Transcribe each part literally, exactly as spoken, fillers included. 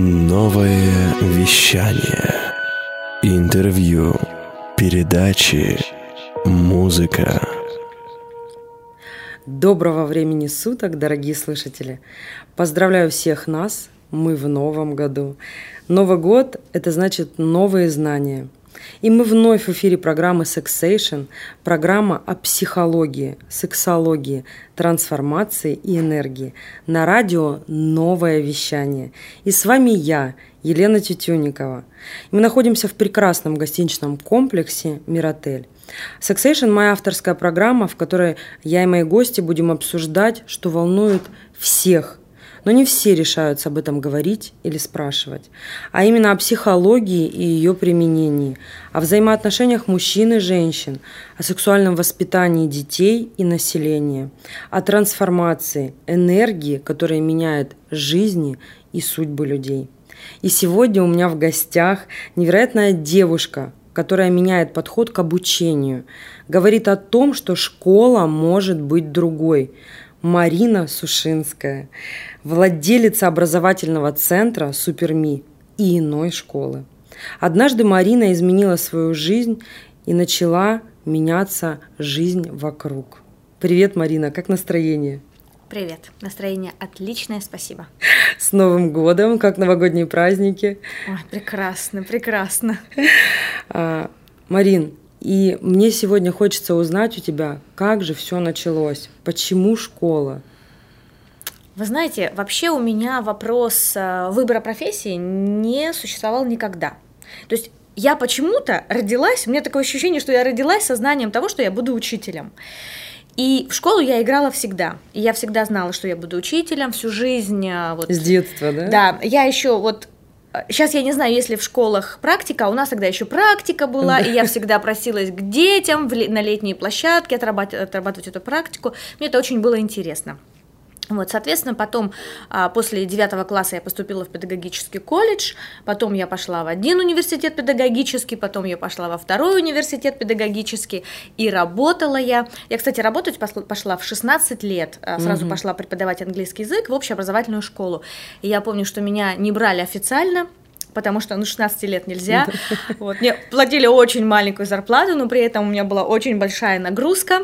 Новое вещание. Интервью. Передачи. Музыка. Доброго времени суток, дорогие слушатели! Поздравляю всех нас, мы в новом году. Новый год – это значит новые знания. И мы вновь в эфире программы Sexation, программа о психологии, сексологии, трансформации и энергии. На радио «Новое вещание». И с вами я, Елена Тютюникова. Мы находимся в прекрасном гостиничном комплексе «Миротель». Sexation – моя авторская программа, в которой я и мои гости будем обсуждать, что волнует всех. Но не все решаются об этом говорить или спрашивать, а именно о психологии и ее применении, о взаимоотношениях мужчин и женщин, о сексуальном воспитании детей и населения, о трансформации, энергии, которая меняет жизни и судьбы людей. И сегодня у меня в гостях невероятная девушка, которая меняет подход к обучению, говорит о том, что школа может быть другой. Марина Сушинская, владелица образовательного центра «Суперми» и иной школы. Однажды Марина изменила свою жизнь и начала меняться жизнь вокруг. Привет, Марина, как настроение? Привет, настроение отличное, спасибо. С Новым годом, как новогодние праздники? Ой, прекрасно, прекрасно. А, Марин, и мне сегодня хочется узнать у тебя, как же все началось, почему школа? Вы знаете, вообще у меня вопрос выбора профессии не существовал никогда. То есть я почему-то родилась, у меня такое ощущение, что я родилась со знанием того, что я буду учителем. И в школу я играла всегда. И я всегда знала, что я буду учителем всю жизнь. Вот. С детства, да? Да, я еще вот... Сейчас я не знаю, есть ли в школах практика, а у нас тогда еще практика была, и я всегда просилась к детям в, на летние площадки отрабатывать, отрабатывать эту практику. Мне это очень было интересно. Вот, соответственно, потом, после девятого класса я поступила в педагогический колледж, потом я пошла в один университет педагогический, потом я пошла во второй университет педагогический, и работала я. Я, кстати, работать пошла в шестнадцать лет, сразу mm-hmm. пошла преподавать английский язык в общеобразовательную школу. И я помню, что меня не брали официально, потому что ну, шестнадцать лет нельзя. Вот. Мне платили очень маленькую зарплату, но при этом у меня была очень большая нагрузка.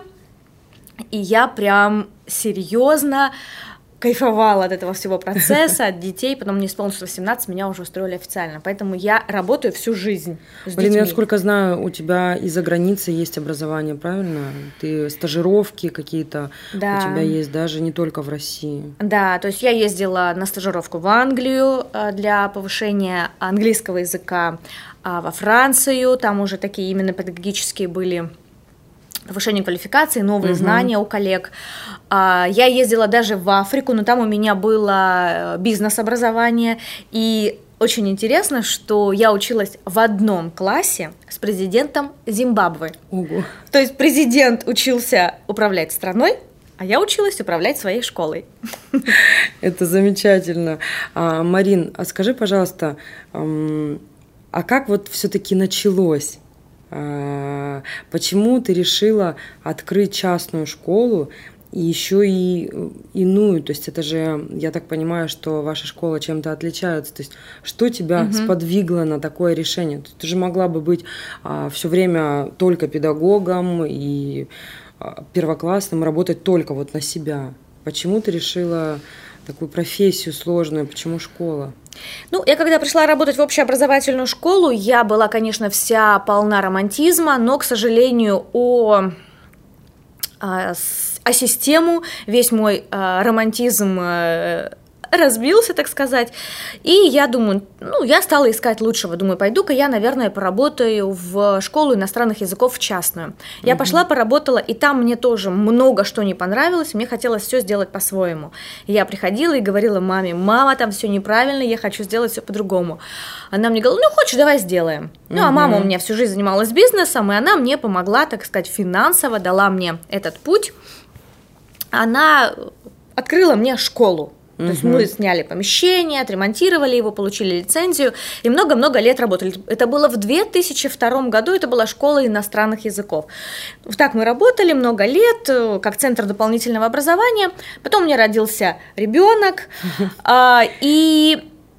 И я прям серьезно кайфовала от этого всего процесса, от детей. Потом мне исполнилось восемнадцать, меня уже устроили официально. Поэтому я работаю всю жизнь с Блин, детьми. я сколько знаю, у тебя из-за границы есть образование, правильно? Ты стажировки какие-то да. у тебя есть, даже не только в России. Да, то есть я ездила на стажировку в Англию для повышения английского языка, во Францию, там уже такие именно педагогические были повышение квалификации, новые uh-huh. знания у коллег. Я ездила даже в Африку, но там у меня было бизнес-образование, и очень интересно, что я училась в одном классе с президентом Зимбабве. Ого. То есть президент учился управлять страной, а я училась управлять своей школой. Это замечательно. А, Марин, а скажи, пожалуйста, а как вот все-таки началось? Почему ты решила открыть частную школу и еще и иную? То есть это же, я так понимаю, что ваша школа чем-то отличается. То есть что тебя угу. сподвигло на такое решение? Ты же могла бы быть а, все время только педагогом и а, первоклассным, работать только вот на себя. Почему ты решила такую профессию сложную? Почему школа? Ну, я когда пришла работать в общеобразовательную школу, я была, конечно, вся полна романтизма, но, к сожалению, о, о, о систему весь мой о, романтизм о, разбился, так сказать, и я думаю, ну, я стала искать лучшего, думаю, пойду-ка я, наверное, поработаю в школу иностранных языков в частную. Я угу. пошла, поработала, и там мне тоже много что не понравилось, мне хотелось все сделать по-своему. Я приходила и говорила маме: мама, там все неправильно, я хочу сделать все по-другому. Она мне говорила: ну, хочешь, давай сделаем. Угу. Ну, а мама у меня всю жизнь занималась бизнесом, и она мне помогла, так сказать, финансово, дала мне этот путь. Она открыла мне школу. То uh-huh. есть мы сняли помещение, отремонтировали его, получили лицензию и много-много лет работали. Это было в две тысячи втором году, это была школа иностранных языков. Так мы работали много лет, как центр дополнительного образования. Потом у меня родился ребенок, uh-huh. а, и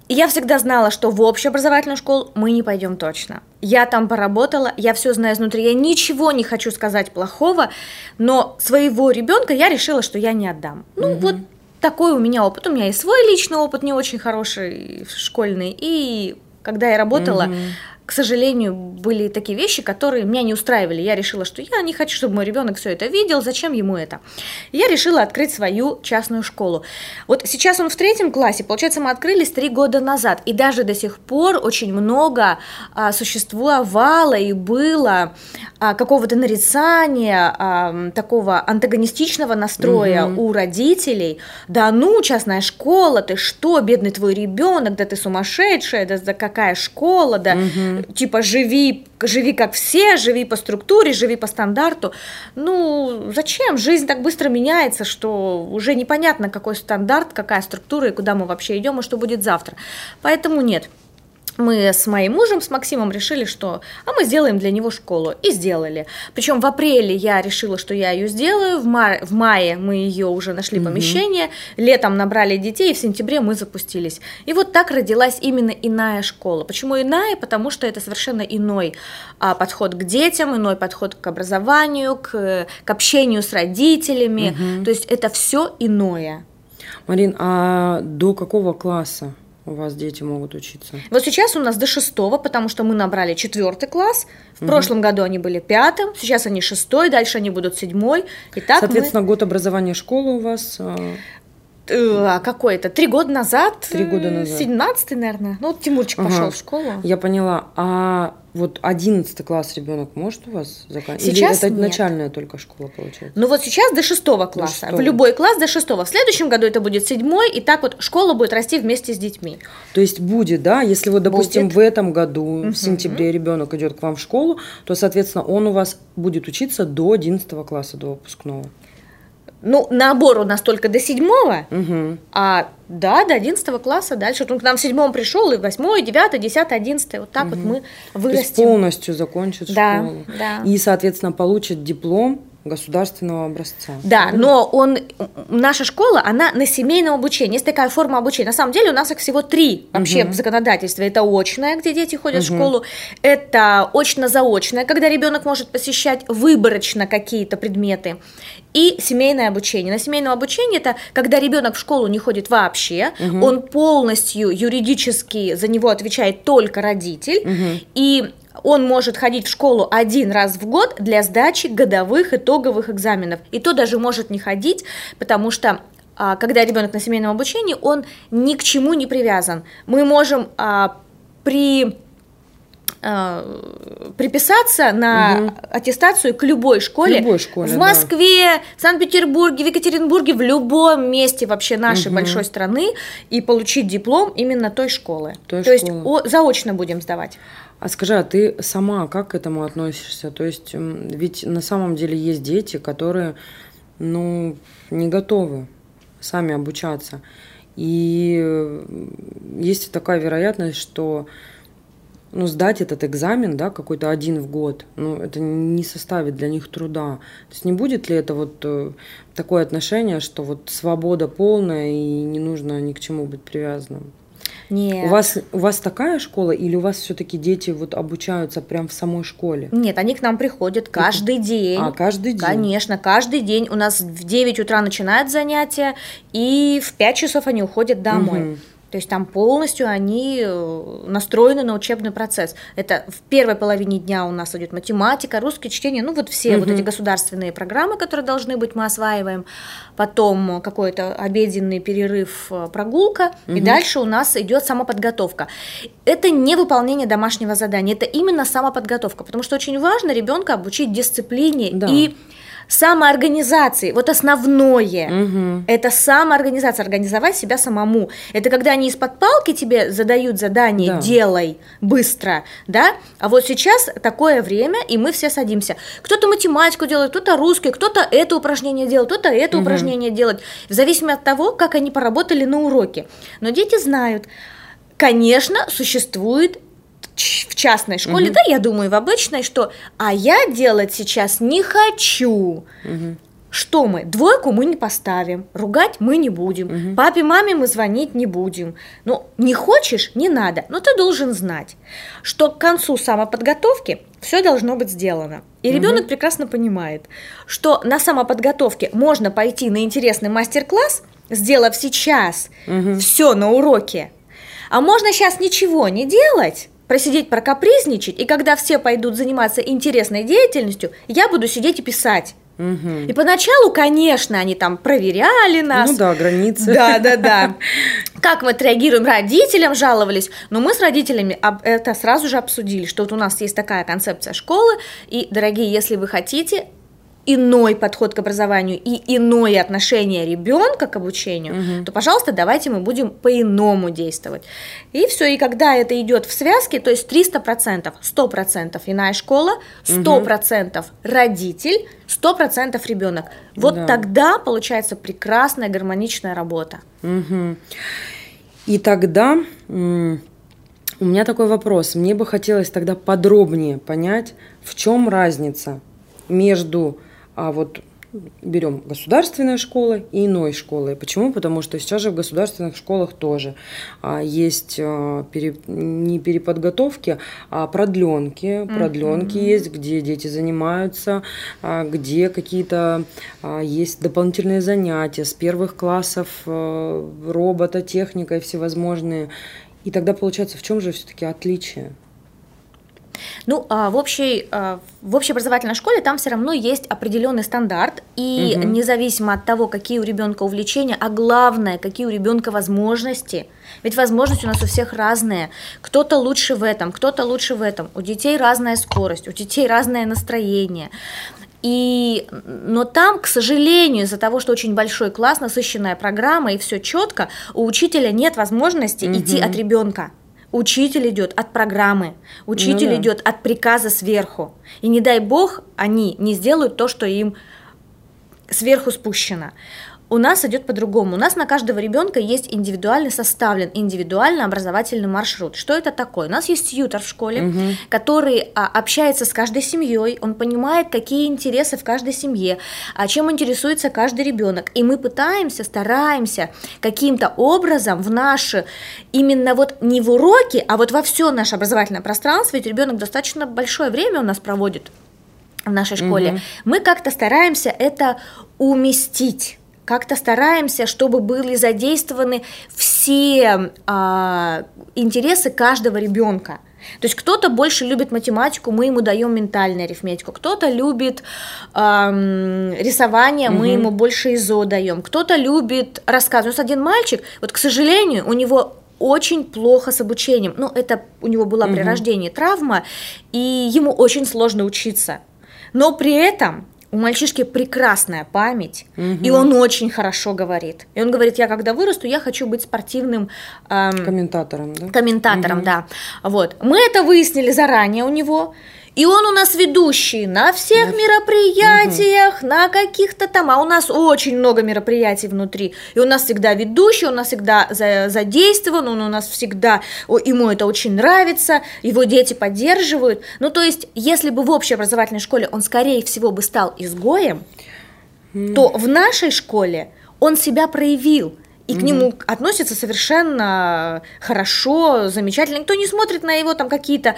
я всегда знала, что в общеобразовательную школу мы не пойдем точно. Я там поработала, я все знаю изнутри, я ничего не хочу сказать плохого, но своего ребенка я решила, что я не отдам. Ну mm-hmm. вот такой у меня опыт. У меня и свой личный опыт не очень хороший, школьный, и когда я работала, mm-hmm. к сожалению, были такие вещи, которые меня не устраивали. Я решила, что я не хочу, чтобы мой ребенок все это видел, зачем ему это. Я решила открыть свою частную школу. Вот сейчас он в третьем классе, получается, мы открылись три года назад, и даже до сих пор очень много а, существовало и было а, какого-то нарицания, а, такого антагонистичного настроя угу. у родителей. Да ну, частная школа, ты что, бедный твой ребенок, да ты сумасшедшая, да, да какая школа, да... Угу. Типа живи, живи как все, живи по структуре, живи по стандарту. Ну, зачем? Жизнь так быстро меняется, что уже непонятно, какой стандарт, какая структура и куда мы вообще идем, и что будет завтра. Поэтому нет. Мы с моим мужем, с Максимом решили, что а мы сделаем для него школу. И сделали. Причем в апреле я решила, что я ее сделаю, в, мае, в мае мы ее уже нашли mm-hmm. помещение, летом набрали детей, и в сентябре мы запустились. И вот так родилась именно иная школа. Почему иная? Потому что это совершенно иной а, подход к детям, иной подход к образованию, к, к общению с родителями. Mm-hmm. То есть это все иное. Марин, а до какого класса у вас дети могут учиться? Вот сейчас у нас до шестого, потому что мы набрали четвертый класс. В угу. прошлом году они были пятым, сейчас они шестой, дальше они будут седьмой. И так Соответственно, мы... год образования школы у вас... А, какой это? Три года назад? Три года назад. Семнадцатый, наверное. Ну, вот Тимурчик ага. пошел в школу. Я поняла. А вот одиннадцатый класс ребенок может у вас заканчивать? Сейчас Или это нет. начальная только школа получается? Ну вот сейчас до шестого класса. До шестого. В любой класс до шестого. В следующем году это будет седьмой, и так вот школа будет расти вместе с детьми. То есть будет, да? Если вот, допустим, будет. в этом году, угу. в сентябре ребенок идет к вам в школу, то, соответственно, он у вас будет учиться до одиннадцатого класса, до выпускного. Ну, набор у нас только до седьмого, угу. а да, до одиннадцатого класса дальше. Вот он к нам в седьмом пришел, и восьмой, девятый, десятый, одиннадцатый. Вот так угу. вот мы вырастим. То есть полностью закончит да, школу. Да. И, соответственно, получит диплом государственного образца. Да, но он, наша школа, она на семейном обучении. Есть такая форма обучения. На самом деле у нас их всего три вообще uh-huh. в законодательстве. Это очное, где дети ходят uh-huh. в школу. Это очно-заочное, когда ребенок может посещать выборочно какие-то предметы. И семейное обучение. На семейном обучении это когда ребенок в школу не ходит вообще, uh-huh. он полностью юридически за него отвечает только родитель, uh-huh. и он может ходить в школу один раз в год для сдачи годовых итоговых экзаменов. И то даже может не ходить, потому что а, когда ребенок на семейном обучении, он ни к чему не привязан. Мы можем а, при... приписаться на угу. аттестацию к любой школе, любой школе в Москве, да. в Санкт-Петербурге, в Екатеринбурге, в любом месте вообще нашей угу. большой страны и получить диплом именно той школы. Той То школы. есть о, заочно будем сдавать. А скажи, а ты сама как к этому относишься? То есть ведь на самом деле есть дети, которые, ну, не готовы сами обучаться. И есть такая вероятность, что ну, сдать этот экзамен, да, какой-то один в год, ну, это не составит для них труда. То есть не будет ли это вот такое отношение, что вот свобода полная и не нужно ни к чему быть привязанным? Нет. У вас, у вас такая школа или у вас все-таки дети вот обучаются прям в самой школе? Нет, они к нам приходят каждый Это... день. А, каждый день? Конечно, каждый день. У нас в девять утра начинают занятия, и в пять часов они уходят домой. Угу. То есть там полностью они настроены на учебный процесс. Это в первой половине дня у нас идет математика, русское чтение, ну вот все угу. вот эти государственные программы, которые должны быть, мы осваиваем. Потом какой-то обеденный перерыв, прогулка, угу. и дальше у нас идет самоподготовка. Это не выполнение домашнего задания, это именно самоподготовка, потому что очень важно ребенка обучить дисциплине да. и самоорганизации, вот основное, угу. это самоорганизация, организовать себя самому. Это когда они из-под палки тебе задают задание, да. делай быстро, да, а вот сейчас такое время, и мы все садимся. Кто-то математику делает, кто-то русский, кто-то это упражнение делает, кто-то это угу. упражнение делает, в зависимости от того, как они поработали на уроке. Но дети знают, конечно, существует в частной школе, угу. да, я думаю, в обычной, что «а я делать сейчас не хочу». Угу. Что мы? Двойку мы не поставим, ругать мы не будем, угу. папе, маме мы звонить не будем. Ну, не хочешь, не надо, но ты должен знать, что к концу самоподготовки все должно быть сделано. И ребенок угу. прекрасно понимает, что на самоподготовке можно пойти на интересный мастер-класс, сделав сейчас угу. все на уроке, а можно сейчас ничего не делать, просидеть, прокапризничать, и когда все пойдут заниматься интересной деятельностью, я буду сидеть и писать. Угу. И поначалу, конечно, они там проверяли нас. Ну да, границы. Да, да, да. Как мы отреагируем, родителям жаловались. Но мы с родителями это сразу же обсудили, что вот у нас есть такая концепция школы. И, дорогие, если вы хотите иной подход к образованию и иное отношение ребенка к обучению, угу. то, пожалуйста, давайте мы будем по-иному действовать. И все, и когда это идет в связке, то есть триста процентов, сто процентов иная школа, сто процентов угу. родитель, сто процентов ребенок. Вот да. тогда получается прекрасная гармоничная работа. Угу. И тогда м- у меня такой вопрос. Мне бы хотелось тогда подробнее понять, в чем разница между а вот берем государственные школы и иной школы. Почему? Потому что сейчас же в государственных школах тоже а, есть а, пере, не переподготовки, а продленки. Продленки mm-hmm. есть, где дети занимаются, а, где какие-то а, есть дополнительные занятия с первых классов, а, робототехника и всевозможные. И тогда получается, в чем же все-таки отличие? Ну, в общей, в общеобразовательной школе там все равно есть определенный стандарт, и угу. независимо от того, какие у ребенка увлечения, а главное, какие у ребенка возможности, ведь возможности у нас у всех разные, кто-то лучше в этом, кто-то лучше в этом, у детей разная скорость, у детей разное настроение. И, но там, к сожалению, из-за того, что очень большой класс, насыщенная программа и все четко, у учителя нет возможности угу. идти от ребенка. Учитель идет от программы, учитель ну, да. идет от приказа сверху. И не дай бог, они не сделают то, что им сверху спущено. У нас идет по-другому. У нас на каждого ребенка есть индивидуально составлен индивидуально образовательный маршрут. Что это такое? У нас есть тьютор в школе, угу. который а, общается с каждой семьей, он понимает, какие интересы в каждой семье, а чем интересуется каждый ребенок. И мы пытаемся, стараемся каким-то образом в наши, именно вот не в уроки, а вот во все наше образовательное пространство, ведь ребенок достаточно большое время у нас проводит в нашей школе, угу. мы как-то стараемся это уместить. Как-то стараемся, чтобы были задействованы все а, интересы каждого ребенка. То есть кто-то больше любит математику, мы ему даем ментальную арифметику, кто-то любит а, рисование, мы угу. ему больше ИЗО даем, кто-то любит рассказы. У нас один мальчик, вот, к сожалению, у него очень плохо с обучением, ну, это у него была при угу. рождении травма, и ему очень сложно учиться, но при этом у мальчишки прекрасная память, угу. и он очень хорошо говорит. И он говорит, я когда вырасту, я хочу быть спортивным эм, комментатором, да? Комментатором, угу. да. Вот. Мы это выяснили заранее у него. И он у нас ведущий на всех да. мероприятиях, угу. на каких-то там, а у нас очень много мероприятий внутри, и у нас всегда ведущий, он у нас всегда задействован, он у нас всегда, ему это очень нравится, его дети поддерживают. Ну, то есть, если бы в общеобразовательной школе он, скорее всего, бы стал изгоем, mm. то в нашей школе он себя проявил. И mm-hmm. к нему относятся совершенно хорошо, замечательно. Никто не смотрит на его там какие-то,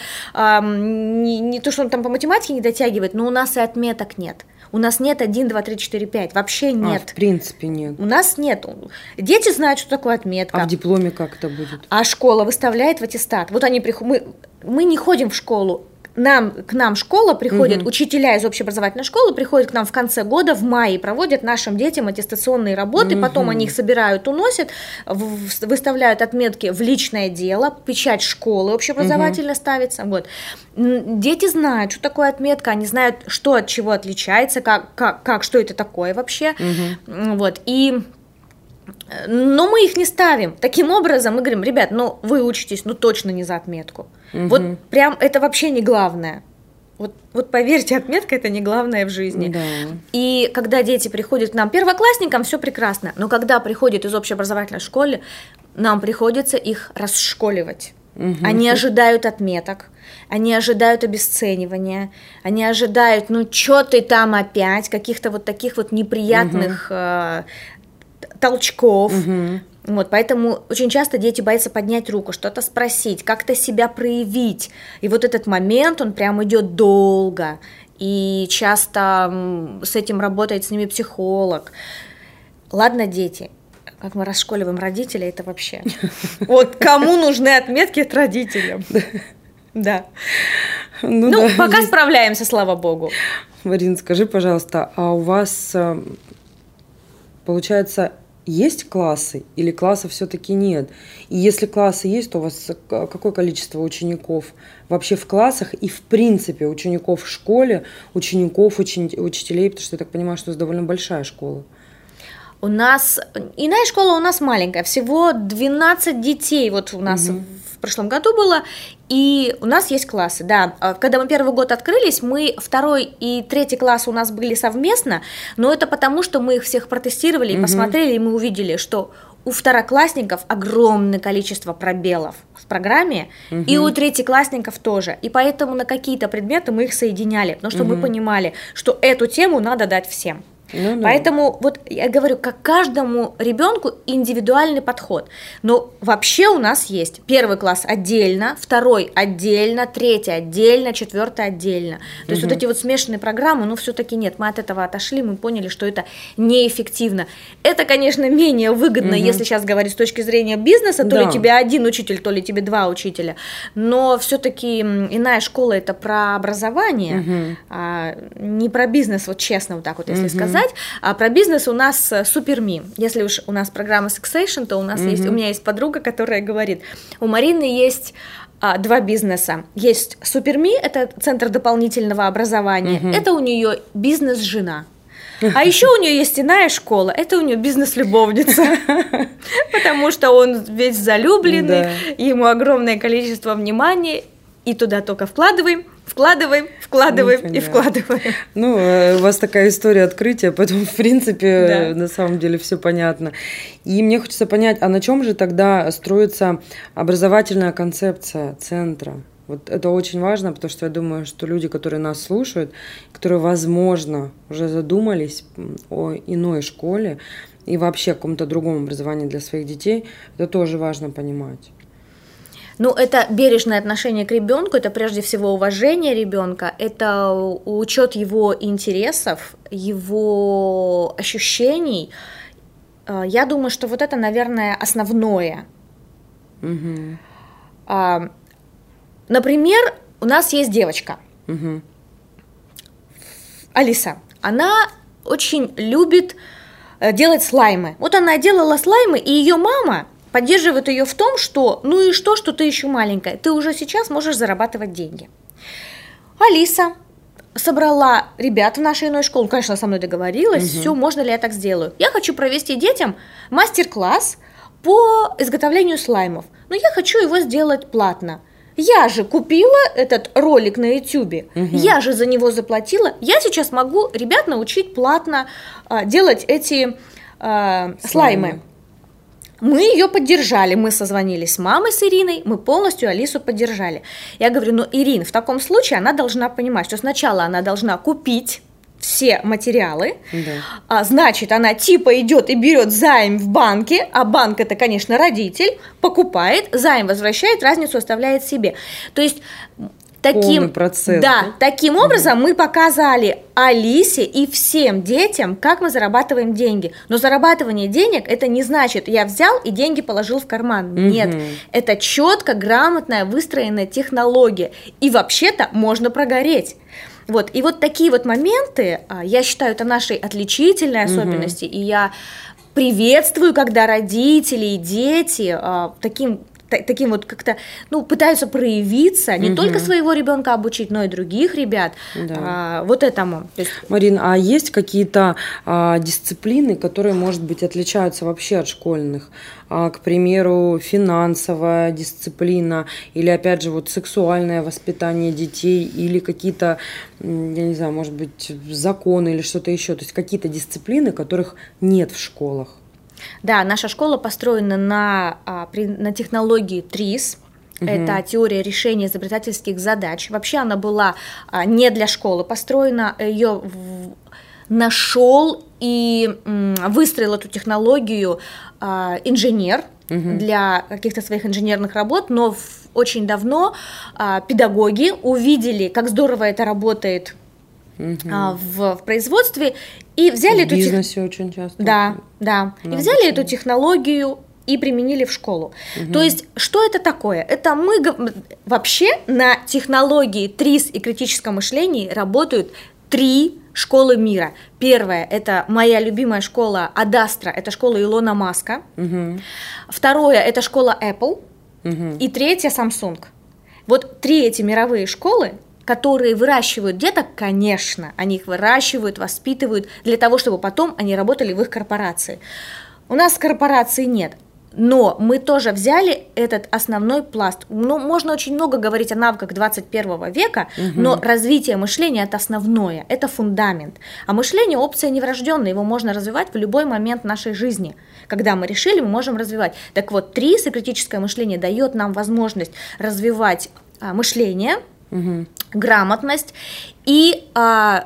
эм, не, не то, что он там по математике не дотягивает, но у нас и отметок нет. У нас нет один, два, три, четыре, пять, вообще нет. А, в принципе нет. У нас нет. Дети знают, что такое отметка. А в дипломе как это будет? А школа выставляет в аттестат. Вот они приходят, мы, мы не ходим в школу. Нам, к нам школа приходит, угу. учителя из общеобразовательной школы приходят к нам в конце года, в мае, проводят нашим детям аттестационные работы, угу. потом они их собирают, уносят, в, выставляют отметки в личное дело, печать школы общеобразовательно угу. ставится. Вот. Дети знают, что такое отметка, они знают, что от чего отличается, как, как, как что это такое вообще. Угу. Вот. И... Но мы их не ставим. Таким образом, мы говорим, ребят, ну вы учитесь, ну точно не за отметку. Угу. Вот прям это вообще не главное. Вот, вот поверьте, отметка это не главное в жизни. Да. И когда дети приходят к нам первоклассникам, все прекрасно. Но когда приходят из общеобразовательной школы, нам приходится их расшколивать. Угу. Они ожидают отметок, они ожидают обесценивания, они ожидают, ну, что ты там опять, каких-то вот таких вот неприятных угу. э, толчков. Угу. Вот, поэтому очень часто дети боятся поднять руку, что-то спросить, как-то себя проявить. И вот этот момент, он прям идет долго. И часто с этим работает с ними психолог. Ладно, дети, как мы расшколиваем родителей, это вообще... Вот кому нужны отметки от родителям? Да. Ну, пока справляемся, слава богу. Марин, скажи, пожалуйста, а у вас, получается, есть классы или классов все-таки нет? И если классы есть, то у вас какое количество учеников вообще в классах и в принципе учеников в школе, учеников, учени- учителей, потому что я так понимаю, что это довольно большая школа. У нас, иная школа у нас маленькая, всего двенадцать детей вот у нас угу. в прошлом году было, и у нас есть классы, да. Когда мы первый год открылись, мы второй и третий класс у нас были совместно, но это потому, что мы их всех протестировали и угу. посмотрели, и мы увидели, что у второклассников огромное количество пробелов в программе, угу. и у третьеклассников тоже, и поэтому на какие-то предметы мы их соединяли, потому что угу. мы понимали, что эту тему надо дать всем. Ну, да. Поэтому вот я говорю, как каждому ребенку индивидуальный подход. Но вообще у нас есть первый класс отдельно, второй отдельно, третий отдельно, четвертый отдельно. То есть угу. вот эти вот смешанные программы, ну все-таки нет, мы от этого отошли, мы поняли, что это неэффективно. Это, конечно, менее выгодно, угу. если сейчас говорить с точки зрения бизнеса, то да. ли тебе один учитель, то ли тебе два учителя. Но все-таки иная школа это про образование, угу. а не про бизнес, вот честно вот так вот, если угу. сказать. А про бизнес у нас SuperMe. Если уж у нас программа Succession, то у нас mm-hmm. есть, у меня есть подруга, которая говорит, у Марины есть а, два бизнеса. Есть SuperMe, это центр дополнительного образования, mm-hmm. это у нее бизнес-жена. А еще у нее есть иная школа, это у нее бизнес-любовница, потому что он весь залюбленный, ему огромное количество внимания, и туда только вкладываем, вкладываем, вкладываем ну, и вкладываем. Ну, у вас такая история открытия, поэтому, в принципе, да. на самом деле все понятно. И мне хочется понять, а на чем же тогда строится образовательная концепция центра? Вот это очень важно, потому что я думаю, что люди, которые нас слушают, которые, возможно, уже задумались о иной школе и вообще о каком-то другом образовании для своих детей, это тоже важно понимать. Ну, это бережное отношение к ребенку, это прежде всего уважение ребенка, это учет его интересов, его ощущений. Я думаю, что вот это, наверное, основное. Угу. Например, у нас есть девочка, угу. Алиса. Она очень любит делать слаймы. Вот она делала слаймы, и ее мама поддерживает ее в том, что ну и что, что ты еще маленькая, ты уже сейчас можешь зарабатывать деньги. Алиса собрала ребят в нашей иной школе, конечно, со мной договорилась, угу. все, можно ли я так сделаю. Я хочу провести детям мастер-класс по изготовлению слаймов, но я хочу его сделать платно. Я же купила этот ролик на ютубе, угу. я же за него заплатила, я сейчас могу ребят научить платно а, делать эти а, слаймы. слаймы. Мы ее поддержали, мы созвонились с мамой, с Ириной, мы полностью Алису поддержали. Я говорю, ну, Ирина, в таком случае она должна понимать, что сначала она должна купить все материалы, да. а, значит, она типа идет и берет займ в банке, а банк это, конечно, родитель, покупает, займ возвращает, разницу оставляет себе. То есть... Таким, процесс, да, да? таким образом угу. мы показали Алисе и всем детям, как мы зарабатываем деньги. Но зарабатывание денег это не значит, я взял и деньги положил в карман. Угу. Нет, это четко, грамотная, выстроенная технология. И вообще-то можно прогореть. Вот. И вот такие вот моменты, я считаю, это нашей отличительной особенности. Угу. И я приветствую, когда родители и дети таким... таким вот как-то, ну, пытаются проявиться, не угу. только своего ребенка обучить, но и других ребят, да. а, вот этому. То есть... Марин, а есть какие-то а, дисциплины, которые, может быть, отличаются вообще от школьных? А, к примеру, финансовая дисциплина или, опять же, вот сексуальное воспитание детей или какие-то, я не знаю, может быть, законы или что-то еще, то есть какие-то дисциплины, которых нет в школах? Да, наша школа построена на, на технологии ТРИС, Угу. Это теория решения изобретательских задач. Вообще она была а, не для школы построена, ее в... нашел и м, выстроил эту технологию а, инженер угу. для каких-то своих инженерных работ, но в, очень давно а, педагоги увидели, как здорово это работает угу. а, в, в производстве, и взяли в эту бизнесе тех... очень часто. Да, да. И взяли эту технологию и применили в школу. Угу. То есть, что это такое? Это мы вообще на технологии ТРИС и критическом мышлении работают три школы мира. Первая – это моя любимая школа Адастра, это школа Илона Маска. Угу. Второе – это школа Apple. Угу. И третья – Samsung. Вот три эти мировые школы, которые выращивают деток, конечно, они их выращивают, воспитывают для того, чтобы потом они работали в их корпорации. У нас корпораций нет. Но мы тоже взяли этот основной пласт. Ну, можно очень много говорить о навыках двадцать первого века, угу. но развитие мышления – это основное, это фундамент. А мышление – опция неврожденная, его можно развивать в любой момент нашей жизни. Когда мы решили, мы можем развивать. Так вот, ТРИС и критическое мышление дает нам возможность развивать а, мышление, угу. грамотность и… А,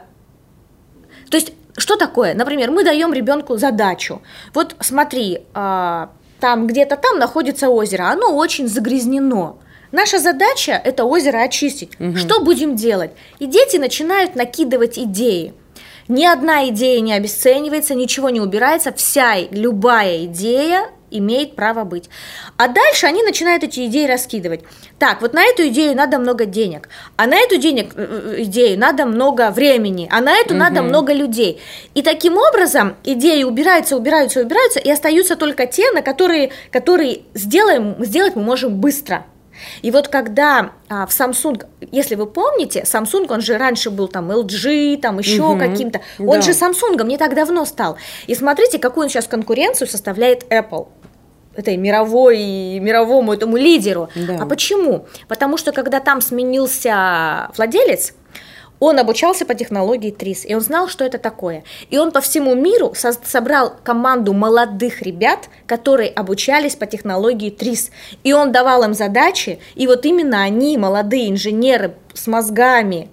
то есть, что такое? Например, мы даем ребенку задачу. Вот смотри… А, там где-то там находится озеро, оно очень загрязнено. Наша задача – это озеро очистить. Угу. Что будем делать? И дети начинают накидывать идеи. Ни одна идея не обесценивается, ничего не убирается, вся, любая идея имеет право быть. А дальше они начинают эти идеи раскидывать. Так, вот на эту идею надо много денег, а на эту денег, идею надо много времени, а на эту угу. надо много людей. И таким образом идеи убираются, убираются, убираются, и остаются только те, на которые, которые сделаем, сделать мы можем быстро. И вот когда а, в Samsung, если вы помните, Samsung, он же раньше был там эл джи, там еще угу, каким-то, он да. же Samsung не так давно стал. И смотрите, какую он сейчас конкуренцию составляет Apple, этой мировой, мировому этому лидеру. Да. А почему? Потому что когда там сменился владелец, он обучался по технологии ТРИС, и он знал, что это такое. И он по всему миру со- собрал команду молодых ребят, которые обучались по технологии ТРИС. И он давал им задачи, и вот именно они, молодые инженеры с мозгами,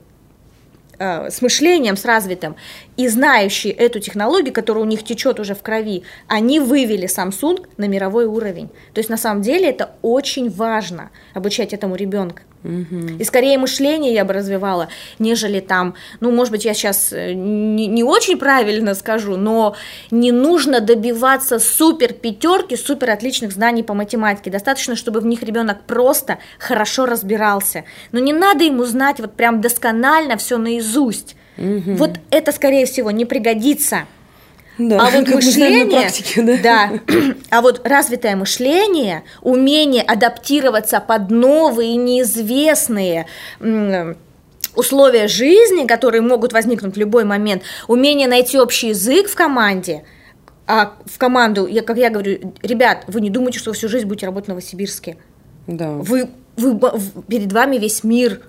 э, с мышлением, с развитым, и знающие эту технологию, которая у них течет уже в крови, они вывели Samsung на мировой уровень. То есть на самом деле это очень важно, обучать этому ребенка. Угу. И скорее мышление я бы развивала, нежели там, ну, может быть, я сейчас не, не очень правильно скажу, но не нужно добиваться супер пятерки, супер отличных знаний по математике. Достаточно, чтобы в них ребенок просто хорошо разбирался. Но не надо ему знать вот прям досконально все наизусть. Угу. Вот это, скорее всего, не пригодится. Да, а вот мышление, на практике, да. да, а вот развитое мышление, умение адаптироваться под новые неизвестные м- условия жизни, которые могут возникнуть в любой момент, умение найти общий язык в команде, а в команду, я, как я говорю, ребят, вы не думайте, что вы всю жизнь будете работать в Новосибирске. Да. Вы, вы, перед вами весь мир.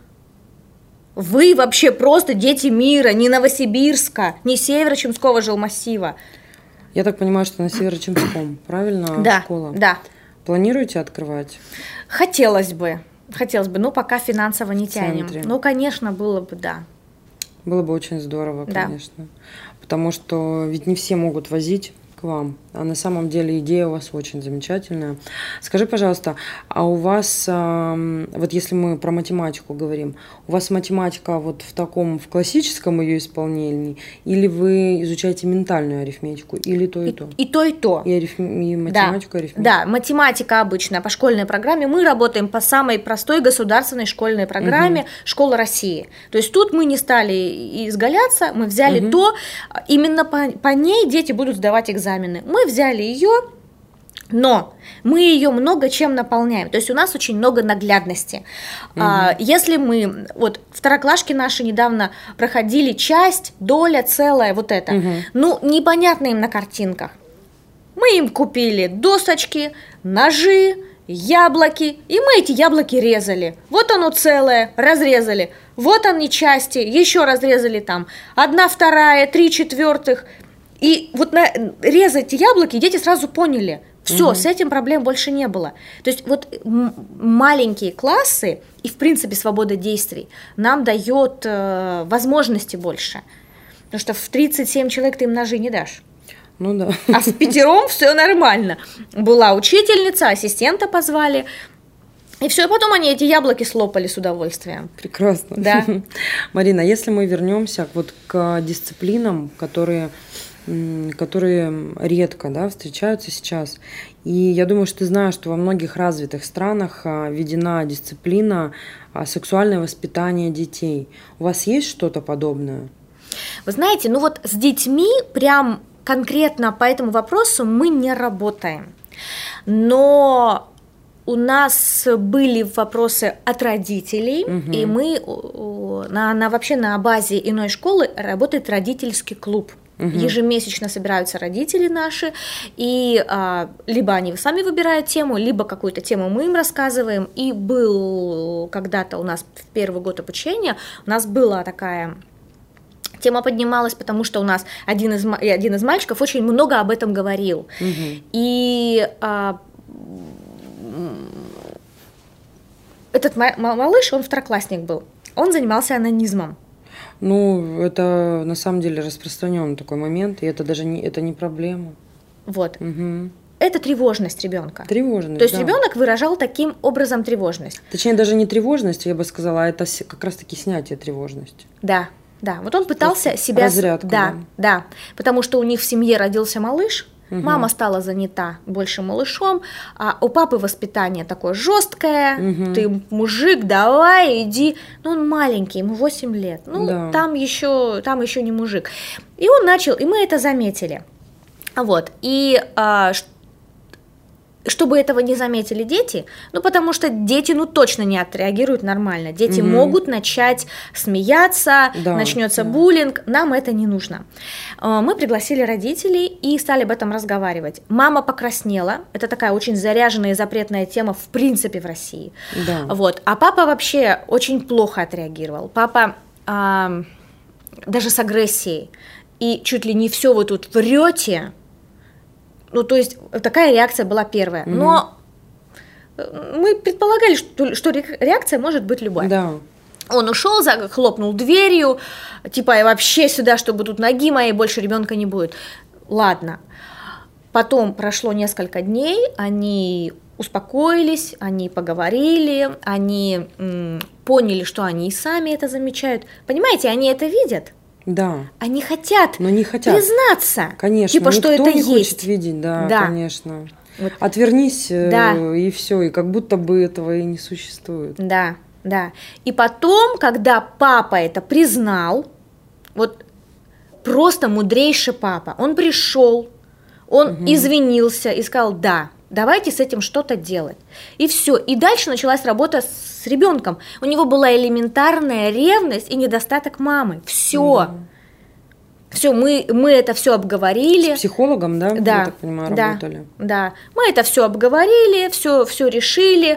Вы вообще просто дети мира, не Новосибирска, не Северо-Чумского жилмассива. Я так понимаю, что на Северо-Чумском, правильно, да, школа? Да. Планируете открывать? Хотелось бы, хотелось бы, но пока финансово не тянем. Ну, конечно, было бы, да. Было бы очень здорово, конечно. Да. Потому что ведь не все могут возить к вам. А на самом деле идея у вас очень замечательная. Скажи, пожалуйста, а у вас, вот если мы про математику говорим, у вас математика вот в таком, в классическом ее исполнении, или вы изучаете ментальную арифметику, или то и, и то? И то, и то. И, ариф... и математику, да. и арифметику? Да, математика обычно по школьной программе. Мы работаем по самой простой государственной школьной программе, угу. Школа России. То есть тут мы не стали изгаляться, мы взяли угу. то, именно по, по ней дети будут сдавать экзамены. Мы взяли ее, но мы ее много чем наполняем. То есть у нас очень много наглядности. Угу. А, если мы, вот второклашки наши недавно проходили часть, доля, целая, вот это. Угу. Ну, непонятно им на картинках. Мы им купили досочки, ножи, яблоки, и мы эти яблоки резали. Вот оно целое, разрезали. Вот они части, еще разрезали там. Одна вторая, три четвертых. И вот на, резать яблоки дети сразу поняли. Все, Мгм. с этим проблем больше не было. То есть вот м- маленькие классы и, в принципе, свобода действий нам дает э, возможности больше. Потому что в тридцать семь человек ты им ножи не дашь. Ну да. А в пятером все нормально. Была учительница, ассистента позвали. И все, и потом они эти яблоки слопали с удовольствием. Прекрасно. Да. Марина, если мы вернемся вот к дисциплинам, которые, м, которые редко, да, встречаются сейчас, и я думаю, что ты знаешь, что во многих развитых странах а, введена дисциплина а, сексуальное воспитание детей. У вас есть что-то подобное? Вы знаете, ну вот с детьми прям конкретно по этому вопросу мы не работаем. Но у нас были вопросы от родителей, Мгм. и мы о, на, на- вообще на базе иной школы работает родительский клуб. Мгм. Ежемесячно собираются родители наши, и а, либо они сами выбирают тему, либо какую-то тему мы им рассказываем. И был когда-то у нас в первый год обучения, у нас была такая... Тема поднималась, потому что у нас один из, ма- и один из мальчиков очень много об этом говорил. Мгм. И а, м, этот ма- ма- малыш, он второклассник был, он занимался анонизмом. Ну, это на самом деле распространенный такой момент, и это даже не, это не проблема. Вот. Мгм. Это тревожность ребенка. Тревожность, То есть да. ребенок выражал таким образом тревожность. Точнее, даже не тревожность, я бы сказала, а это с- как раз-таки снятие тревожности. Да, да. Вот он пытался Просто себя... с- разрядка, да, да. Потому что у них в семье родился малыш, Мгм. мама стала занята больше малышом, а у папы воспитание такое жесткое, Мгм. ты мужик, давай, иди. Ну, он маленький, ему восемь лет. Ну, Да. там еще, там еще не мужик. И он начал, и мы это заметили. Вот. И а, ш- чтобы этого не заметили дети, ну, потому что дети, ну, точно не отреагируют нормально. Дети Мгм. могут начать смеяться, Да, начнется да. буллинг, нам это не нужно. А, Мы пригласили родителей и стали об этом разговаривать. Мама покраснела, это такая очень заряженная и запретная тема в принципе в России. Да. Вот. А папа вообще очень плохо отреагировал. Папа а, даже с агрессией. И чуть ли не все вы тут врете. Ну, то есть такая реакция была первая. Мгм. Но э, мы предполагали, что, что ре- реакция может быть любая. Да. Он ушел, хлопнул дверью, типа, и вообще сюда, чтобы тут ноги моей, больше ребенка не будет. Ладно. Потом прошло несколько дней, они успокоились, они поговорили, они м, поняли, что они и сами это замечают. Понимаете, они это видят, Да. они хотят Но не хотят. признаться, Конечно, типа, что никто это не есть. хочет видеть, да, Да. конечно. Вот. Отвернись, э, Да. и все, и как будто бы этого и не существует. Да, да. И потом, когда папа это признал, вот просто мудрейший папа, он пришел, он извинился и сказал: да, давайте с этим что-то делать. И все. И дальше началась работа с ребенком. У него была элементарная ревность и недостаток мамы. Все. Все, мы, мы это все обговорили. С психологом, да, Да, я так понимаю, да, работали? да. Мы это все обговорили, все, все решили,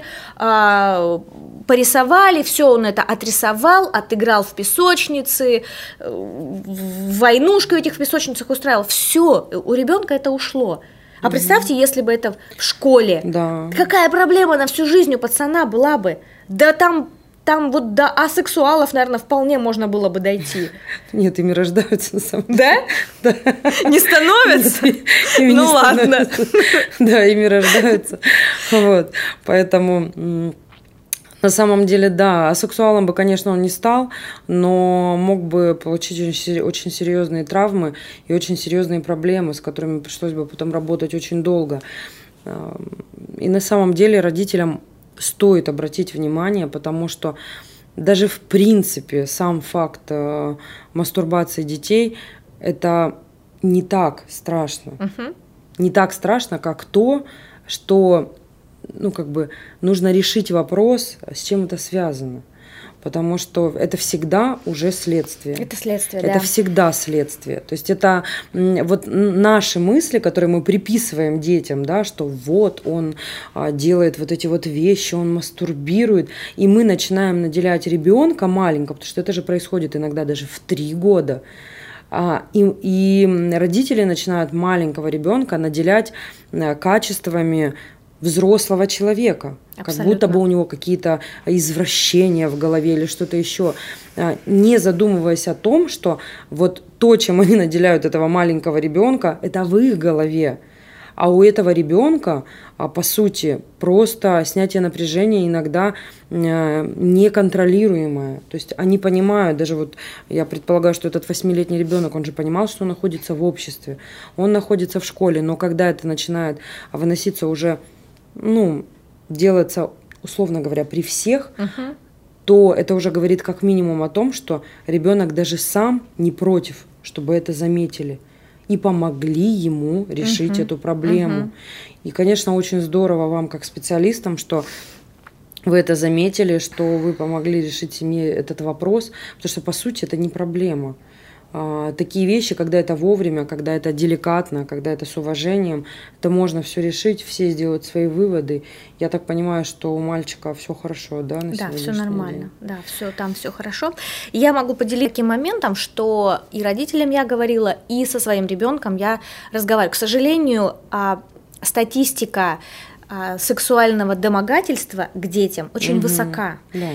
а, порисовали, все он это отрисовал, отыграл в песочнице, э, в- войнушку этих в песочницах устраивал. Все, у ребенка это ушло. А представьте, если бы это в школе. Да. Какая проблема на всю жизнь у пацана была бы? Да там, там вот до асексуалов, наверное, вполне можно было бы дойти. Нет, ими рождаются на самом деле. Да? Да. Не становятся? Ими не Ну ладно. становятся. Да, ими рождаются. Вот. Поэтому м, на самом деле, да, асексуалом бы, конечно, он не стал, но мог бы получить очень, сер- очень серьезные травмы и очень серьезные проблемы, с которыми пришлось бы потом работать очень долго. Эм, И на самом деле родителям стоит обратить внимание, потому что даже в принципе сам факт э, мастурбации детей – это не так страшно. Мгм. Не так страшно, как то, что, ну, как бы нужно решить вопрос, с чем это связано. Потому что это всегда уже следствие. Это следствие, Это да. всегда следствие. То есть это м, вот н- наши мысли, которые мы приписываем детям, да, что вот он а, делает вот эти вот вещи, он мастурбирует, и мы начинаем наделять ребенка маленького, потому что это же происходит иногда даже в три года, И, и родители начинают маленького ребенка наделять качествами взрослого человека. Абсолютно. Как будто бы у него какие-то извращения в голове или что-то еще, не задумываясь о том, что вот то, чем они наделяют этого маленького ребенка, это в их голове. А у этого ребенка, по сути, просто снятие напряжения иногда неконтролируемое. То есть они понимают, даже вот я предполагаю, что этот восьмилетний ребенок, он же понимал, что он находится в обществе, он находится в школе, но когда это начинает выноситься уже, ну, делаться, условно говоря, при всех, uh-huh. то это уже говорит как минимум о том, что ребенок даже сам не против, чтобы это заметили и помогли ему решить uh-huh. эту проблему. Uh-huh. И, конечно, очень здорово вам, как специалистам, что вы это заметили, что вы помогли решить семье этот вопрос, потому что, по сути, это не проблема. А, такие вещи, когда это вовремя, когда это деликатно, когда это с уважением, это можно все решить, все сделают свои выводы. Я так понимаю, что у мальчика все хорошо, да, на Да, все нормально, день? да, все там все хорошо. Я могу поделиться таким моментом, что и родителям я говорила, и со своим ребенком я разговариваю. К сожалению, статистика сексуального домогательства к детям очень угу, высока. Да.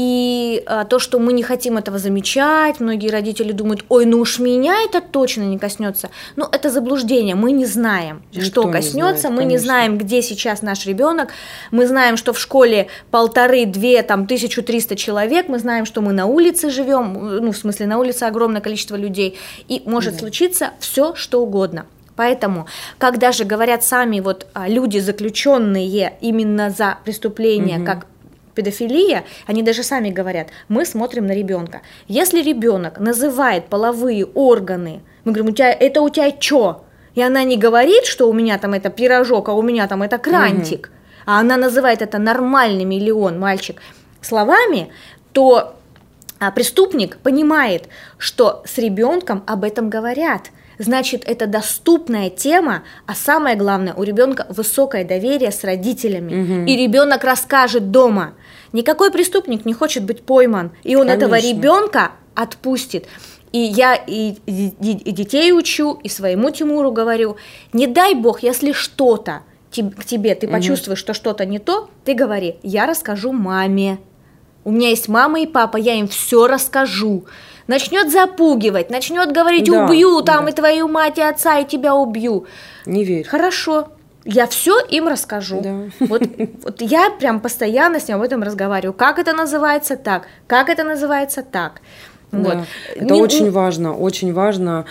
И а, то, что мы не хотим этого замечать, многие родители думают, ой, ну уж меня это точно не коснется. Ну, это заблуждение, мы не знаем, Никто что коснется, мы конечно. не знаем, где сейчас наш ребенок, мы знаем, что в школе полторы-две, там, тысячу триста человек, мы знаем, что мы на улице живем, ну, в смысле, на улице огромное количество людей, и может да. случиться все, что угодно. Поэтому, когда же говорят сами вот люди, заключенные именно за преступление, угу. как педофилия, они даже сами говорят, мы смотрим на ребенка. Если ребенок называет половые органы, мы говорим, у тебя, это у тебя что? И она не говорит, что у меня там это пирожок, а у меня там это крантик, угу. а она называет это нормальными, или он, мальчик, словами, то а, преступник понимает, что с ребенком об этом говорят. Значит, это доступная тема, а самое главное, у ребенка высокое доверие с родителями, угу. и ребенок расскажет дома. Никакой преступник не хочет быть пойман, и он Конечно. этого ребенка отпустит. И я и, и, и детей учу, и своему Тимуру говорю, не дай бог, если что-то к тебе, ты угу. почувствуешь, что что-то не то, ты говори, я расскажу маме. У меня есть мама и папа, я им все расскажу. Начнет запугивать, начнет говорить, да, убью там да. и твою мать, и отца, и тебя убью. Не верь. Хорошо, я все им расскажу. Да. Вот, вот я прям постоянно с ним об этом разговариваю. Как это называется так? Как это называется так? Да. Вот. Это Не, очень не... важно, очень важно.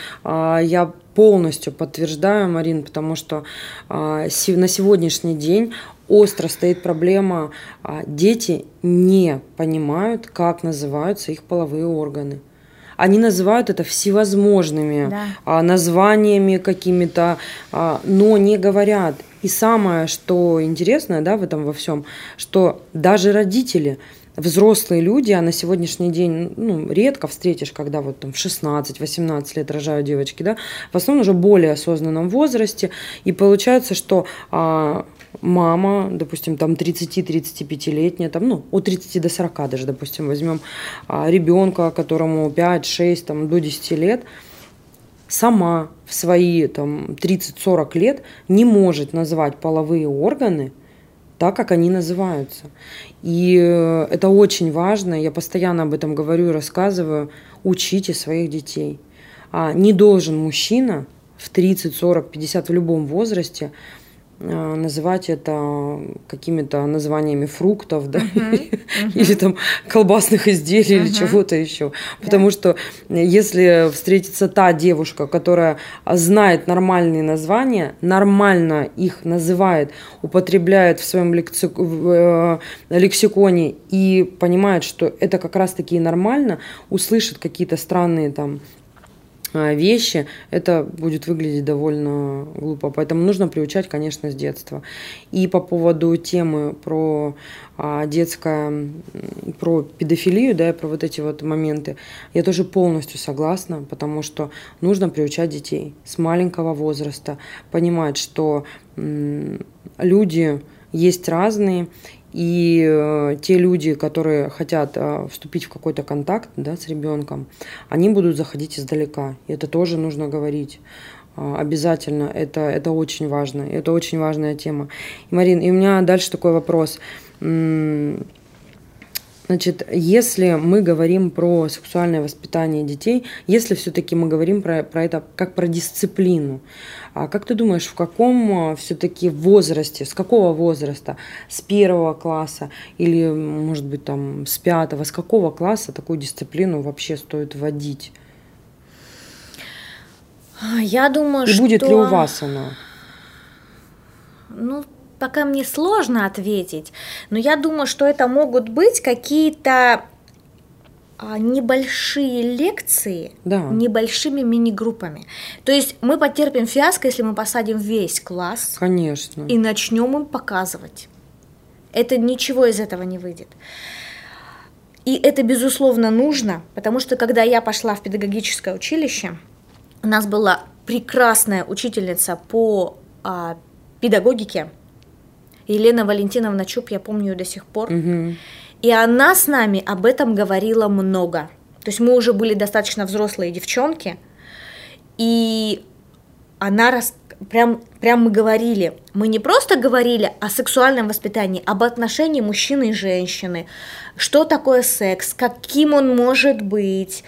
Я полностью подтверждаю, Марин, потому что на сегодняшний день остро стоит проблема, дети не понимают, как называются их половые органы. Они называют это всевозможными да. названиями какими-то, но не говорят. И самое, что интересное, да, в этом во всем, что даже родители, взрослые люди, а на сегодняшний день ну, редко встретишь, когда вот там в шестнадцать-восемнадцать лет рожают девочки, да, в основном уже в более осознанном возрасте, и получается, что а, мама, допустим, там тридцати-тридцатипятилетняя, там, ну, от тридцати до сорока даже, допустим, возьмем а, ребенка, которому пять-шесть, там, до десяти лет, сама в свои там тридцать-сорок лет не может назвать половые органы так, как они называются. И это очень важно, я постоянно об этом говорю и рассказываю, учите своих детей. А не должен мужчина в тридцать, сорок, пятьдесят, в любом возрасте называть это какими-то названиями фруктов, да, uh-huh, uh-huh. или там колбасных изделий, uh-huh. или чего-то еще. Потому yeah. что если встретится та девушка, которая знает нормальные названия, нормально их называет, употребляет в своем лексик... в лексиконе и понимает, что это как раз-таки нормально, услышит какие-то странные там вещи, это будет выглядеть довольно глупо. Поэтому нужно приучать, конечно, с детства. И по поводу темы про а, детское, про педофилию, да, про вот эти вот моменты, я тоже полностью согласна, потому что нужно приучать детей с маленького возраста, понимать, что м, люди есть разные, И э, те люди, которые хотят э, вступить в какой-то контакт, да, с ребенком, они будут заходить издалека. И это тоже нужно говорить. Э, обязательно. Это, это очень важно. Это очень важная тема. И, Марин, и у меня дальше такой вопрос. Значит, если мы говорим про сексуальное воспитание детей, если все-таки мы говорим про, про это как про дисциплину, а как ты думаешь, в каком все-таки возрасте, с какого возраста, с первого класса или, может быть, там, с пятого, с какого класса такую дисциплину вообще стоит вводить? Я думаю, И что... будет ли у вас она? Ну, пока мне сложно ответить, но я думаю, что это могут быть какие-то а, небольшие лекции, да. небольшими мини-группами. То есть мы потерпим фиаско, если мы посадим весь класс. Конечно. И начнем им показывать. Это ничего из этого не выйдет. И это, безусловно, нужно, потому что когда я пошла в педагогическое училище, у нас была прекрасная учительница по а, педагогике, Елена Валентиновна Чуб, я помню ее до сих пор. Угу. И она с нами об этом говорила много. То есть мы уже были достаточно взрослые девчонки, и она рас... прям, прям мы говорили. Мы не просто говорили о сексуальном воспитании, об отношении мужчины и женщины, что такое секс, каким он может быть,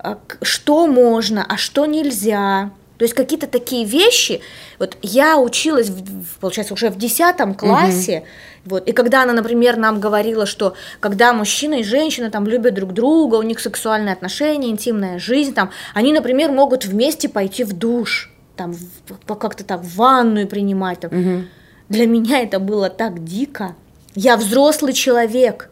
что можно, а что нельзя. То есть какие-то такие вещи. Вот я училась, в, получается, уже в десятом классе, угу. вот, и когда она, например, нам говорила, что когда мужчина и женщина там любят друг друга, у них сексуальные отношения, интимная жизнь, там, они, например, могут вместе пойти в душ, там, в, как-то так в ванную принимать. Там. Угу. Для меня это было так дико. Я взрослый человек.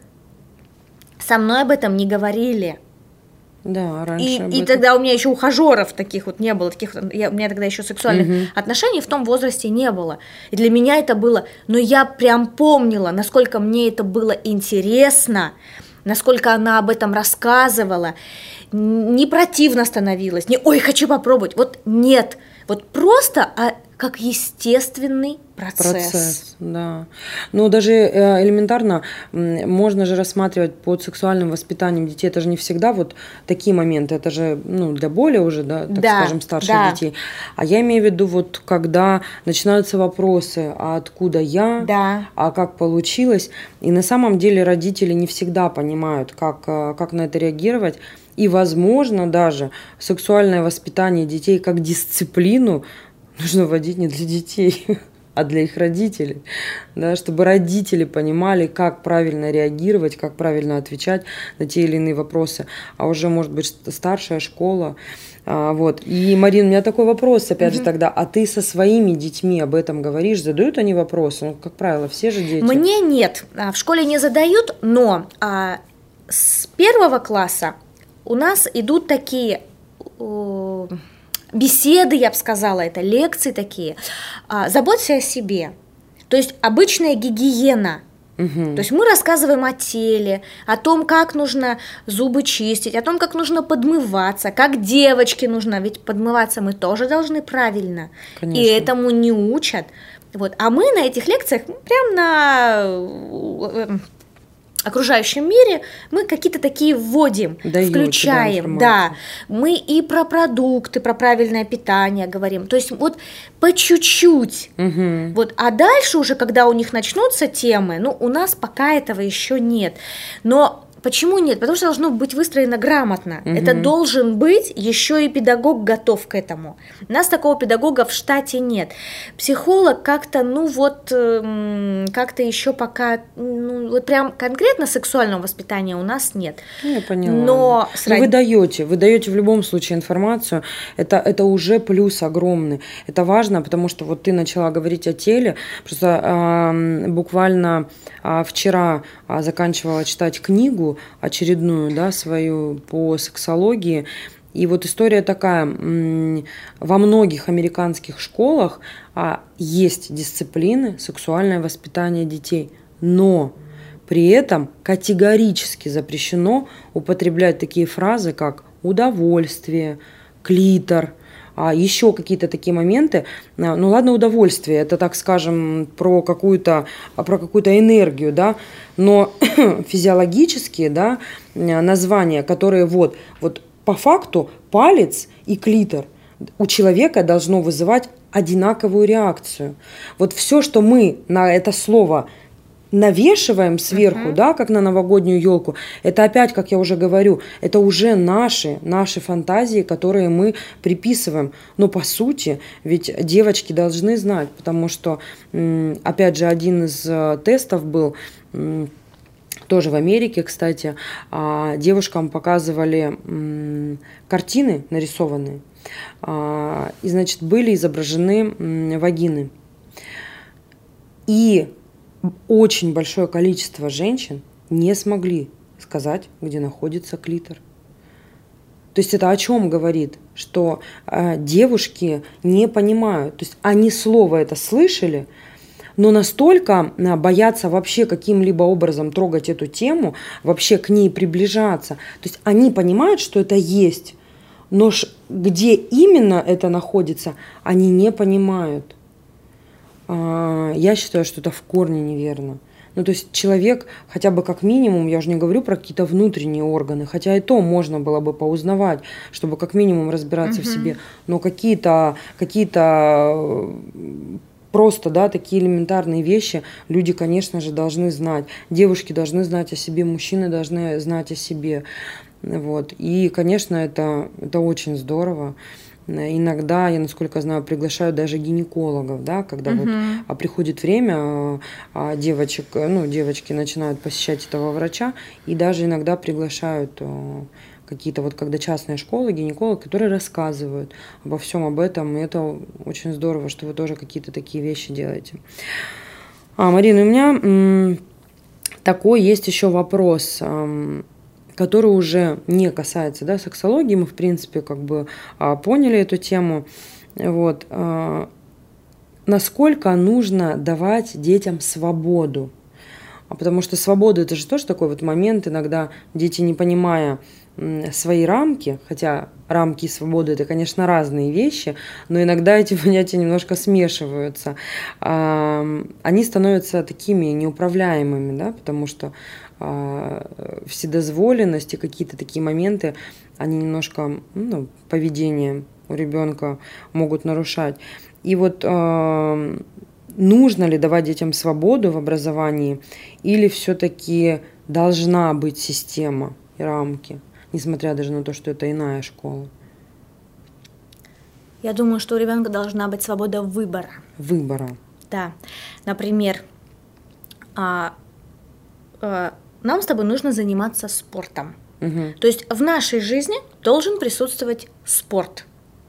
Со мной об этом не говорили. Да, раньше и, об и этом... тогда у меня еще ухажеров таких вот не было, таких, я, у меня тогда еще сексуальных угу. отношений в том возрасте не было. И для меня это было, но я прям помнила, насколько мне это было интересно, насколько она об этом рассказывала, не противно становилось, не «ой, хочу попробовать», вот нет, вот просто а, как естественный процесс. Процесс, да. Ну, даже элементарно можно же рассматривать под сексуальным воспитанием детей. Это же не всегда вот такие моменты. Это же, ну, для более уже, да, так да, скажем, старших да. детей. А я имею в виду, вот когда начинаются вопросы, а откуда я, да. а как получилось. И на самом деле родители не всегда понимают, как, как на это реагировать. И, возможно, даже сексуальное воспитание детей как дисциплину нужно вводить не для детей, а для их родителей, да, чтобы родители понимали, как правильно реагировать, как правильно отвечать на те или иные вопросы. А уже, может быть, старшая школа. А, вот. И, Марин, у меня такой вопрос, опять mm-hmm. же, тогда. А ты со своими детьми об этом говоришь? Задают они вопросы? Ну, как правило, все же дети. Мне нет. В школе не задают, но а, с первого класса у нас идут такие... О, беседы, я бы сказала, это лекции такие. А, заботься о себе. То есть обычная гигиена. Угу. То есть мы рассказываем о теле, о том, как нужно зубы чистить, о том, как нужно подмываться, как девочке нужно, ведь подмываться мы тоже должны правильно. Конечно. И этому не учат. Вот. А мы на этих лекциях прям на окружающем мире мы какие-то такие вводим, Даёте, включаем, да, мы и про продукты, про правильное питание говорим, то есть вот по чуть-чуть, угу. вот, а дальше уже, когда у них начнутся темы, ну, у нас пока этого еще нет, но почему нет? Потому что должно быть выстроено грамотно. Угу. Это должен быть еще и педагог готов к этому. У нас такого педагога в штате нет. Психолог как-то, ну вот, как-то еще пока, ну вот прям конкретно сексуального воспитания у нас нет. Я поняла. Но, Но вы даете, вы даете в любом случае информацию. Это, это уже плюс огромный. Это важно, потому что вот ты начала говорить о теле. Просто э, буквально э, вчера э, заканчивала читать книгу очередную, да, свою по сексологии. И вот история такая. Во многих американских школах а, есть дисциплины сексуальное воспитание детей, но при этом категорически запрещено употреблять такие фразы, как удовольствие, клитор, а, еще какие-то такие моменты. А, ну ладно, удовольствие, это, так скажем, про какую-то, про какую-то энергию, да, но физиологические, да, названия, которые вот, вот по факту палец и клитор у человека должно вызывать одинаковую реакцию. Вот все, что мы на это слово навешиваем сверху, uh-huh. да, как на новогоднюю елку, это опять, как я уже говорю, это уже наши, наши фантазии, которые мы приписываем. Но по сути, ведь девочки должны знать, потому что, опять же, один из тестов был, тоже в Америке, кстати, девушкам показывали картины нарисованные, и, значит, были изображены вагины. И очень большое количество женщин не смогли сказать, где находится клитор. То есть это о чем говорит? Что э, девушки не понимают. То есть они слово это слышали, но настолько э, боятся вообще каким-либо образом трогать эту тему, вообще к ней приближаться. То есть они понимают, что это есть, но ш- где именно это находится, они не понимают. Я считаю, что это в корне неверно. Ну, то есть человек хотя бы как минимум, я уже не говорю про какие-то внутренние органы, хотя и то можно было бы поузнавать, чтобы как минимум разбираться uh-huh. в себе, но какие-то, какие-то просто, да, такие элементарные вещи люди, конечно же, должны знать. Девушки должны знать о себе, мужчины должны знать о себе. Вот. И, конечно, это, это очень здорово. Иногда, я, насколько знаю, приглашают даже гинекологов, да, когда uh-huh. вот а приходит время, а девочек, ну, девочки начинают посещать этого врача, и даже иногда приглашают какие-то вот, когда частные школы, гинекологи, которые рассказывают обо всем об этом, и это очень здорово, что вы тоже какие-то такие вещи делаете. А, Марина, у меня м, такой есть еще вопрос, м, который уже не касается, да, сексологии, мы, в принципе, как бы а, поняли эту тему. Вот. А, насколько нужно давать детям свободу? А потому что свобода – это же тоже такой вот момент, иногда дети, не понимая м, свои рамки, хотя рамки и свобода – это, конечно, разные вещи, но иногда эти понятия немножко смешиваются. А, они становятся такими неуправляемыми, да, потому что вседозволенность и какие-то такие моменты, они немножко, ну, поведение у ребенка могут нарушать. И вот э, нужно ли давать детям свободу в образовании, или все-таки должна быть система и рамки, несмотря даже на то, что это иная школа? Я думаю, что у ребенка должна быть свобода выбора. Выбора. Да. Например, а, а, нам с тобой нужно заниматься спортом. Угу. То есть в нашей жизни должен присутствовать спорт.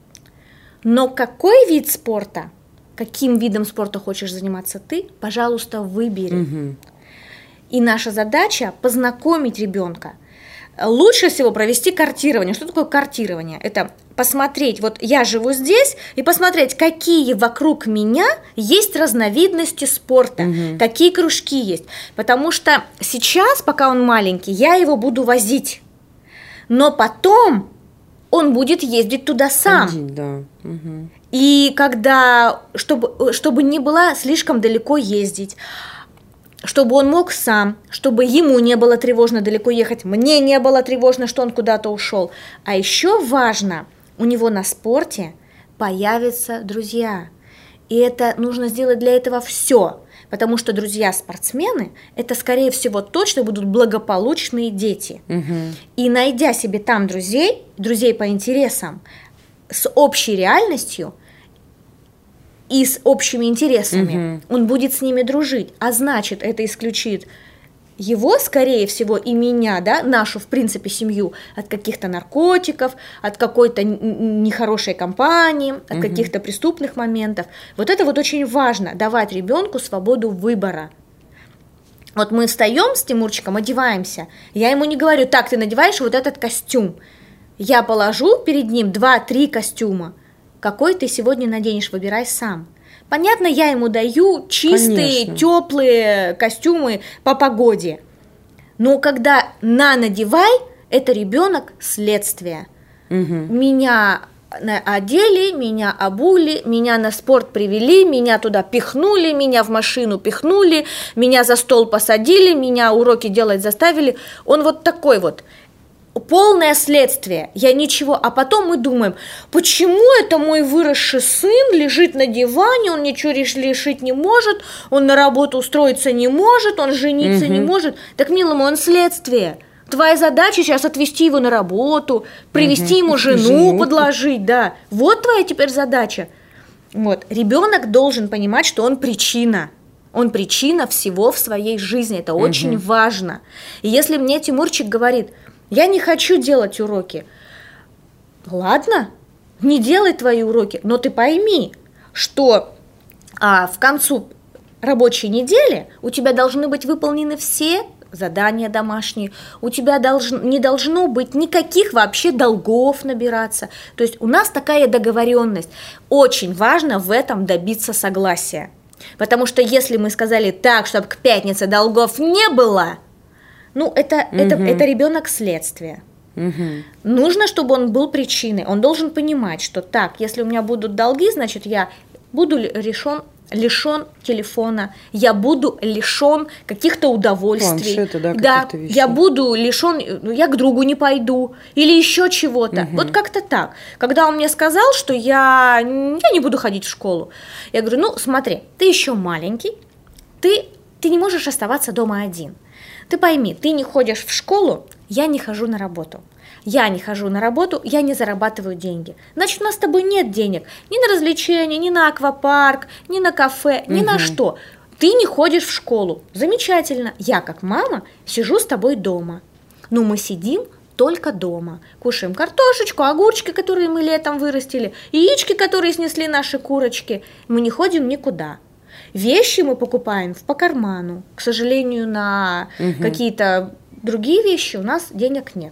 Но какой вид спорта, каким видом спорта хочешь заниматься ты, пожалуйста, выбери. Угу. И наша задача познакомить ребенка. Лучше всего провести картирование. Что такое картирование? Это посмотреть, вот я живу здесь, и посмотреть, какие вокруг меня есть разновидности спорта, угу. какие кружки есть. Потому что сейчас, пока он маленький, я его буду возить. Но потом он будет ездить туда сам. Ходить, да. Угу. И когда, чтобы, чтобы не было слишком далеко ездить, чтобы он мог сам, чтобы ему не было тревожно далеко ехать, мне не было тревожно, что он куда-то ушел. А еще важно, у него на спорте появятся друзья. И это нужно сделать для этого все, потому что друзья-спортсмены – это, скорее всего, точно будут благополучные дети. Угу. И найдя себе там друзей, друзей по интересам, с общей реальностью и с общими интересами, угу. он будет с ними дружить. А значит, это исключит его, скорее всего, и меня, да, нашу, в принципе, семью от каких-то наркотиков, от какой-то нехорошей компании, от угу. каких-то преступных моментов. Вот это вот очень важно, давать ребенку свободу выбора. Вот мы встаем с Тимурчиком, одеваемся, я ему не говорю: так, ты надеваешь вот этот костюм. Я положу перед ним два-три костюма. Какой ты сегодня наденешь, выбирай сам. Понятно, я ему даю чистые, Конечно. теплые костюмы по погоде. Но когда на надевай, это ребенок следствие. Угу. Меня одели, меня обули, меня на спорт привели, меня туда пихнули, меня в машину пихнули, меня за стол посадили, меня уроки делать заставили. Он вот такой вот. Полное следствие, я ничего, а потом мы думаем, почему это мой выросший сын лежит на диване, он ничего решить не может, он на работу устроиться не может, он жениться угу. не может. Так, милый мой, он следствие. Твоя задача сейчас отвезти его на работу, привести угу. ему жену, жену, подложить, да. Вот твоя теперь задача. Вот. Ребенок должен понимать, что он причина. Он причина всего в своей жизни, это угу. очень важно. И если мне Тимурчик говорит, я не хочу делать уроки. Ладно, не делай твои уроки, но ты пойми, что а, в концу рабочей недели у тебя должны быть выполнены все задания домашние, у тебя должно, не должно быть никаких вообще долгов набираться. То есть у нас такая договоренность. Очень важно в этом добиться согласия. Потому что если мы сказали так, чтобы к пятнице долгов не было, ну, это, угу. это, это ребенок следствия. Угу. Нужно, чтобы он был причиной. Он должен понимать, что так, если у меня будут долги, значит, я буду лишен, лишен телефона, я буду лишен каких-то удовольствий. Планшета, да, да, каких-то вещей. Я буду лишен, я к другу не пойду или еще чего-то. Угу. Вот как-то так. Когда он мне сказал, что я, я не буду ходить в школу, я говорю, ну, смотри, ты еще маленький, ты, ты не можешь оставаться дома один. Ты пойми, ты не ходишь в школу, я не хожу на работу. Я не хожу на работу, я не зарабатываю деньги. Значит, у нас с тобой нет денег ни на развлечения, ни на аквапарк, ни на кафе, ни угу. на что. Ты не ходишь в школу. Замечательно. Я, как мама, сижу с тобой дома. Но мы сидим только дома. Кушаем картошечку, огурчики, которые мы летом вырастили, яички, которые снесли наши курочки. Мы не ходим никуда. Вещи мы покупаем по карману. К сожалению, на угу. какие-то другие вещи у нас денег нет.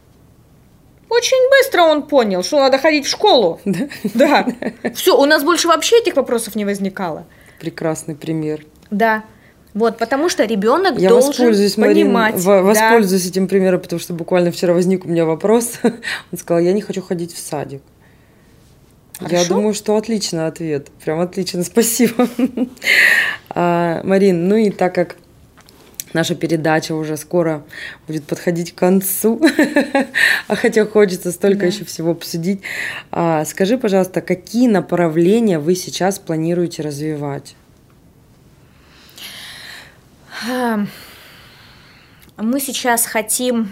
Очень быстро он понял, что надо ходить в школу. Да. Да. Все, у нас больше вообще этих вопросов не возникало. Прекрасный пример. Да. Вот, потому что ребенок Я должен воспользуюсь, понимать. Марин, в- воспользуюсь да. этим примером, потому что буквально вчера возник у меня вопрос. Он сказал, я не хочу ходить в садик. Хорошо? Я думаю, что отличный ответ. Прям отлично, спасибо. а, Марин, ну и так как наша передача уже скоро будет подходить к концу, а хотя хочется столько да. еще всего обсудить, а, скажи, пожалуйста, какие направления вы сейчас планируете развивать? Мы сейчас хотим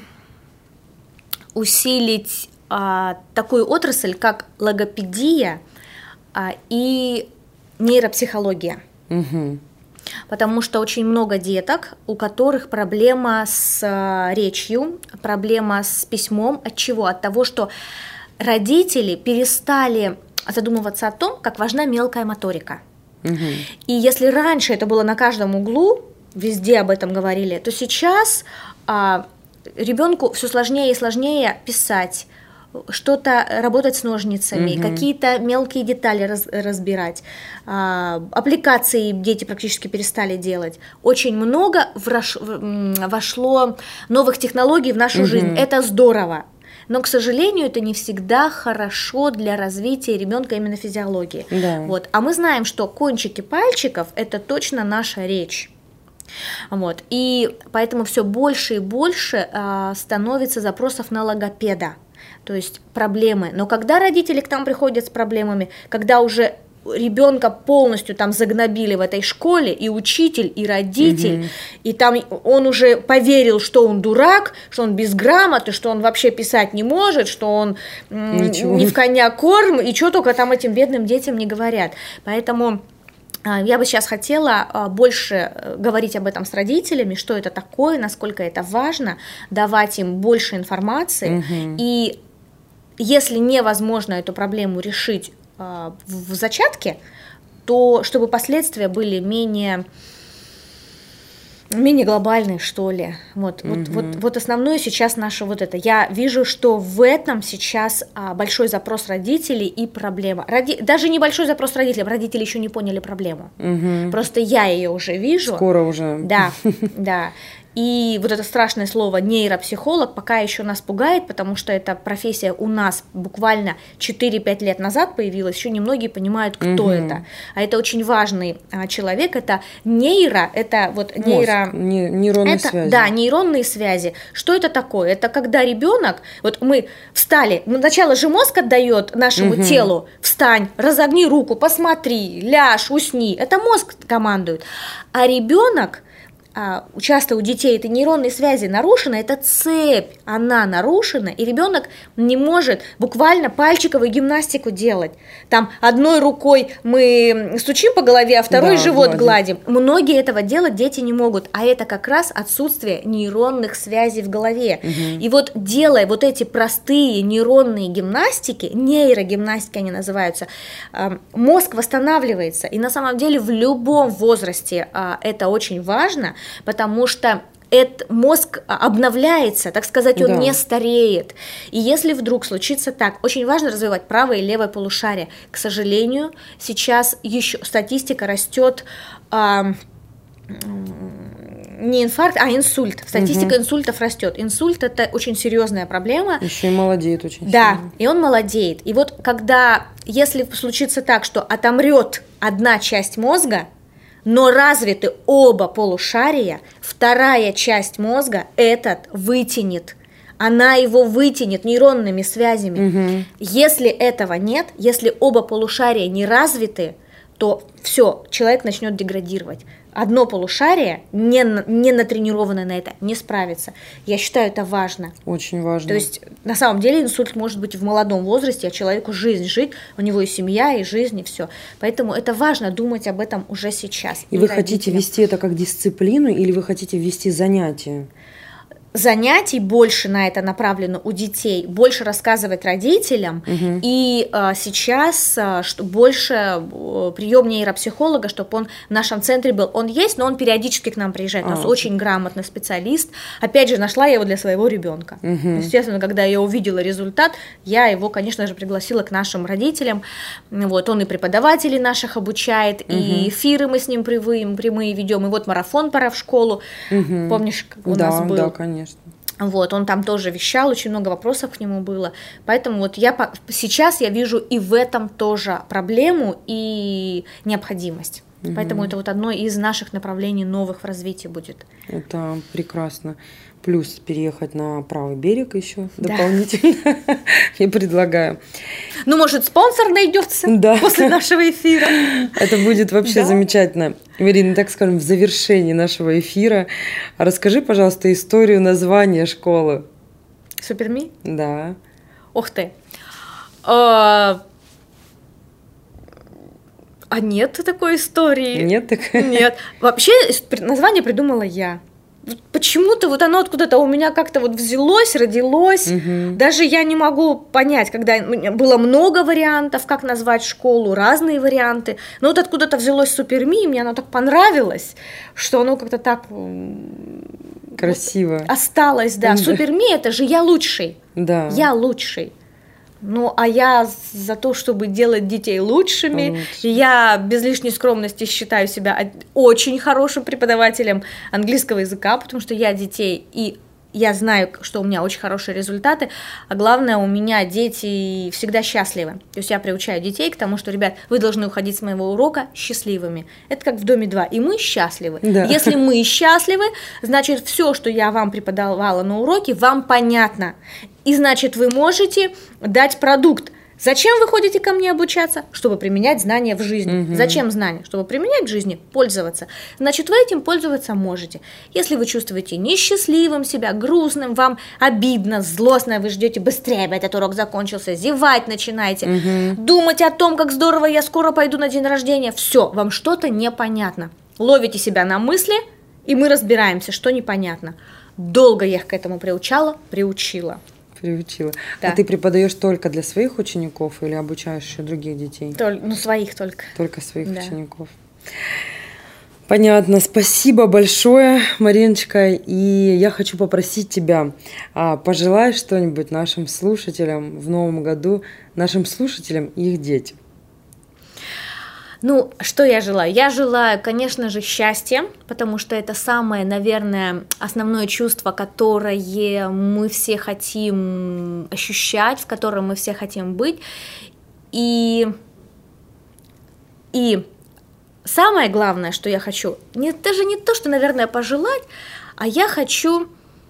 усилить а, такую отрасль, как логопедия а, и нейропсихология. Угу. Потому что очень много деток, у которых проблема с а, речью, проблема с письмом. От чего? От того, что родители перестали задумываться о том, как важна мелкая моторика. Угу. И если раньше это было на каждом углу, везде об этом говорили, то сейчас а, ребенку все сложнее и сложнее писать, что-то работать с ножницами, угу. какие-то мелкие детали раз, разбирать. А, аппликации дети практически перестали делать. Очень много врош, вошло новых технологий в нашу угу. жизнь. Это здорово. Но, к сожалению, это не всегда хорошо для развития ребенка именно физиологии. Да. Вот. А мы знаем, что кончики пальчиков – это точно наша речь. Вот. И поэтому все больше и больше а, становится запросов на логопеда, то есть проблемы. Но когда родители к нам приходят с проблемами, когда уже ребенка полностью там загнобили в этой школе, и учитель, и родитель, угу. и там он уже поверил, что он дурак, что он безграмотный, что он вообще писать не может, что он Ничего. не в коня корм, и что только там этим бедным детям не говорят. Поэтому я бы сейчас хотела больше говорить об этом с родителями, что это такое, насколько это важно, давать им больше информации. Угу. И если невозможно эту проблему решить в зачатке, то чтобы последствия были менее, менее глобальные, что ли. Вот, угу. вот, вот, вот основное сейчас наше вот это. Я вижу, что в этом сейчас а, большой запрос родителей и проблема. Роди... Даже небольшой запрос родителей, родители еще не поняли проблему. Угу. Просто я ее уже вижу. Скоро уже. Да, да. И вот это страшное слово нейропсихолог пока еще нас пугает, потому что эта профессия у нас буквально четыре-пять лет назад появилась, еще немногие понимают, кто угу. это. А это очень важный а, человек, это нейро, это вот Мозг, нейро... не, нейронные это, связи. Да, нейронные связи. Что это такое? Это когда ребенок, вот мы встали, сначала же мозг отдает нашему угу. телу, встань, разогни руку, посмотри, ляжь, усни. Это мозг командует. А ребенок, а, часто у детей этой нейронной связи нарушена, эта цепь, она нарушена, и ребенок не может буквально пальчиковую гимнастику делать. Там одной рукой мы стучим по голове, а второй да, живот гладим. гладим. Многие этого делать дети не могут, а это как раз отсутствие нейронных связей в голове. Угу. И вот делая вот эти простые нейронные гимнастики, нейрогимнастики они называются, мозг восстанавливается. И на самом деле в любом возрасте это очень важно, потому что этот мозг обновляется, так сказать, он да. не стареет. И если вдруг случится так, очень важно развивать правое и левое полушарие. К сожалению, сейчас еще статистика растет, а, не инфаркт, а инсульт. Статистика угу. инсультов растет. Инсульт – это очень серьезная проблема. Еще и молодеет очень да, сильно. И он молодеет. И вот когда, если случится так, что отомрет одна часть мозга, но развиты оба полушария, вторая часть мозга этот вытянет. Она его вытянет нейронными связями. Угу. Если этого нет, если оба полушария не развиты, то все, человек начнет деградировать. Одно полушарие, не, не натренированное на это, не справится. Я считаю, это важно. Очень важно. То есть, на самом деле, инсульт может быть в молодом возрасте, а человеку жизнь жить, у него и семья, и жизнь, и все. Поэтому это важно думать об этом уже сейчас. И, и вы родителям. Хотите вести это как дисциплину или вы хотите вести занятия? Занятий больше на это направлено у детей, больше рассказывать родителям, угу. и а, сейчас а, что больше а, прием нейропсихолога, чтобы он в нашем центре был. Он есть, но он периодически к нам приезжает. У нас а. очень грамотный специалист. Опять же, нашла я его для своего ребенка. Угу. Естественно, когда я увидела результат, я его, конечно же, пригласила к нашим родителям. Вот, он и преподавателей наших обучает, угу. и эфиры мы с ним прямые, прямые ведем, и вот марафон «Пора в школу». Угу. Помнишь, как у да, нас был? Да, конечно. Вот, он там тоже вещал, очень много вопросов к нему было. Поэтому вот я по... сейчас я вижу и в этом тоже проблему и необходимость. Угу. Поэтому это вот одно из наших направлений новых в развитии будет. Это прекрасно. Плюс переехать на правый берег еще да. дополнительно. Я предлагаю. Ну, может, спонсор найдется да. после нашего эфира. Это будет вообще да. замечательно. Марина, так скажем, в завершении нашего эфира расскажи, пожалуйста, историю названия школы. Суперми? Да. Ух ты. А, а нет такой истории. Нет такой? Нет. Вообще название придумала я. Почему-то вот оно откуда-то у меня как-то вот взялось, родилось. Угу. Даже я не могу понять, когда было много вариантов, как назвать школу, разные варианты. Но вот откуда-то взялось Суперми, и мне оно так понравилось, что оно как-то так красиво вот осталось. Да. Суперми – это же я лучший. Да. Я лучший. Ну, а я за то, чтобы делать детей лучшими. Лучше. Я без лишней скромности считаю себя очень хорошим преподавателем английского языка, потому что я детей, и я знаю, что у меня очень хорошие результаты, а главное, у меня дети всегда счастливы. То есть я приучаю детей к тому, что, ребят, вы должны уходить с моего урока счастливыми. Это как в «Доме два», и мы счастливы. Да. Если мы счастливы, значит, все, что я вам преподавала на уроке, вам понятно. И значит, вы можете дать продукт. Зачем вы ходите ко мне обучаться? Чтобы применять знания в жизни. Угу. Зачем знания? Чтобы применять в жизни, пользоваться. Значит, вы этим пользоваться можете. Если вы чувствуете несчастливым себя, грустным, вам обидно, злостно, вы ждете быстрее, бы этот урок закончился, зевать начинаете, угу. думать о том, как здорово, я скоро пойду на день рождения, все, вам что-то непонятно. Ловите себя на мысли, и мы разбираемся, что непонятно. Долго я их к этому приучала, приучила. Приучила. Да. А ты преподаешь только для своих учеников или обучаешь еще других детей? Толь, ну, своих только. Только своих да. учеников. Понятно. Спасибо большое, Мариночка. И я хочу попросить тебя, а, пожелай что-нибудь нашим слушателям в новом году, нашим слушателям и их детям. Ну, что я желаю? Я желаю, конечно же, счастья, потому что это самое, наверное, основное чувство, которое мы все хотим ощущать, в котором мы все хотим быть. И, и самое главное, что я хочу, не, даже не то, что, наверное, пожелать, а я хочу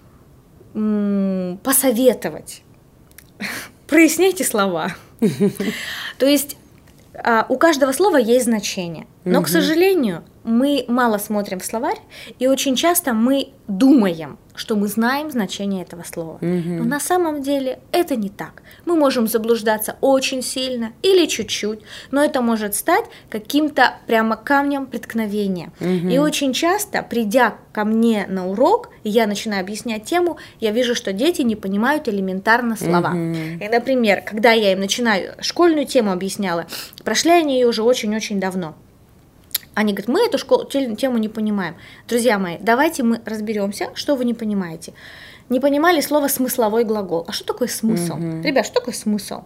м- посоветовать. Проясняйте слова. То есть у каждого слова есть значение, но, угу. к сожалению, мы мало смотрим в словарь, и очень часто мы думаем, что мы знаем значение этого слова. Угу. Но на самом деле это не так. Мы можем заблуждаться очень сильно или чуть-чуть, но это может стать каким-то прямо камнем преткновения. Угу. И очень часто, придя ко мне на урок, и я начинаю объяснять тему, я вижу, что дети не понимают элементарно слова. Угу. И, например, когда я им начинаю школьную тему объясняла, прошли они ее уже очень-очень давно. Они говорят, мы эту школу, тему не понимаем. Друзья мои, давайте мы разберемся, что вы не понимаете. Не понимали слово смысловой глагол. А что такое смысл? Угу. Ребят, что такое смысл?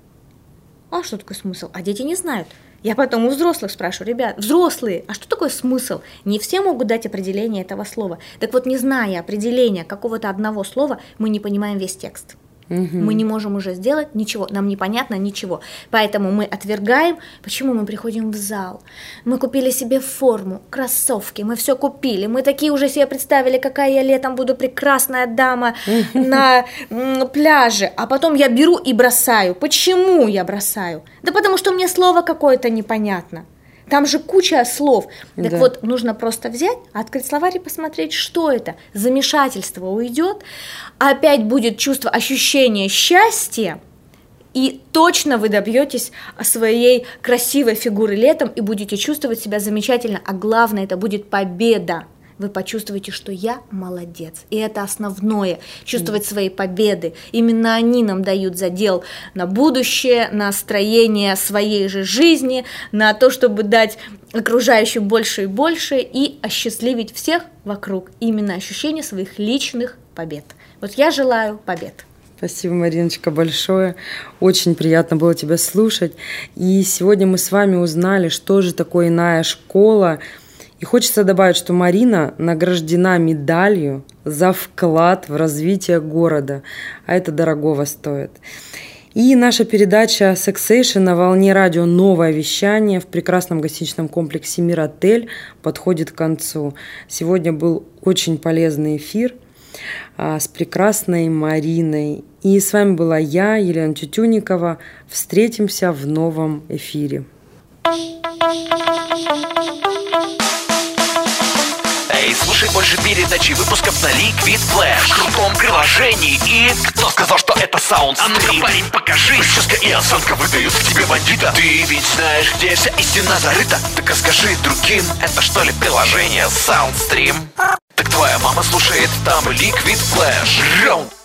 А что такое смысл? А дети не знают. Я потом у взрослых спрашиваю, ребят, взрослые, а что такое смысл? Не все могут дать определение этого слова. Так вот, не зная определения какого-то одного слова, мы не понимаем весь текст. Угу. Мы не можем уже сделать ничего, нам непонятно ничего. Поэтому мы отвергаем. Почему мы приходим в зал? Мы купили себе форму, кроссовки, мы все купили. Мы такие уже себе представили, какая я летом буду прекрасная дама на пляже. А потом я беру и бросаю. Почему я бросаю? Да потому что мне слово какое-то непонятно. Там же куча слов. Так да. Вот, нужно просто взять, открыть словарь и посмотреть, что это. Замешательство уйдет, опять будет чувство, ощущение счастья, и точно вы добьетесь своей красивой фигуры летом и будете чувствовать себя замечательно. А главное, это будет победа. Вы почувствуете, что я молодец. И это основное, чувствовать свои победы. Именно они нам дают задел на будущее, на строение своей же жизни, на то, чтобы дать окружающим больше и больше и осчастливить всех вокруг. Именно ощущение своих личных побед. Вот я желаю побед. Спасибо, Мариночка, большое. Очень приятно было тебя слушать. И сегодня мы с вами узнали, что же такое иная школа. И хочется добавить, что Марина награждена медалью за вклад в развитие города, а это дорогого стоит. И наша передача «Сексейшн» на волне радио «Новое вещание» в прекрасном гостиничном комплексе «Мир-отель» подходит к концу. Сегодня был очень полезный эфир а, с прекрасной Мариной. И с вами была я, Елена Тютюникова. Встретимся в новом эфире. Эй, слушай больше передачи выпусков на Liquid Flash в крутом приложении. И кто сказал, что это Soundstream? А ну-ка, парень, покажи. Прическа и осанка выдают в тебе бандита. Ты ведь знаешь, где вся истина зарыта. Так а скажи другим, это что ли приложение Soundstream? Так твоя мама слушает там Liquid Flash. Раунд.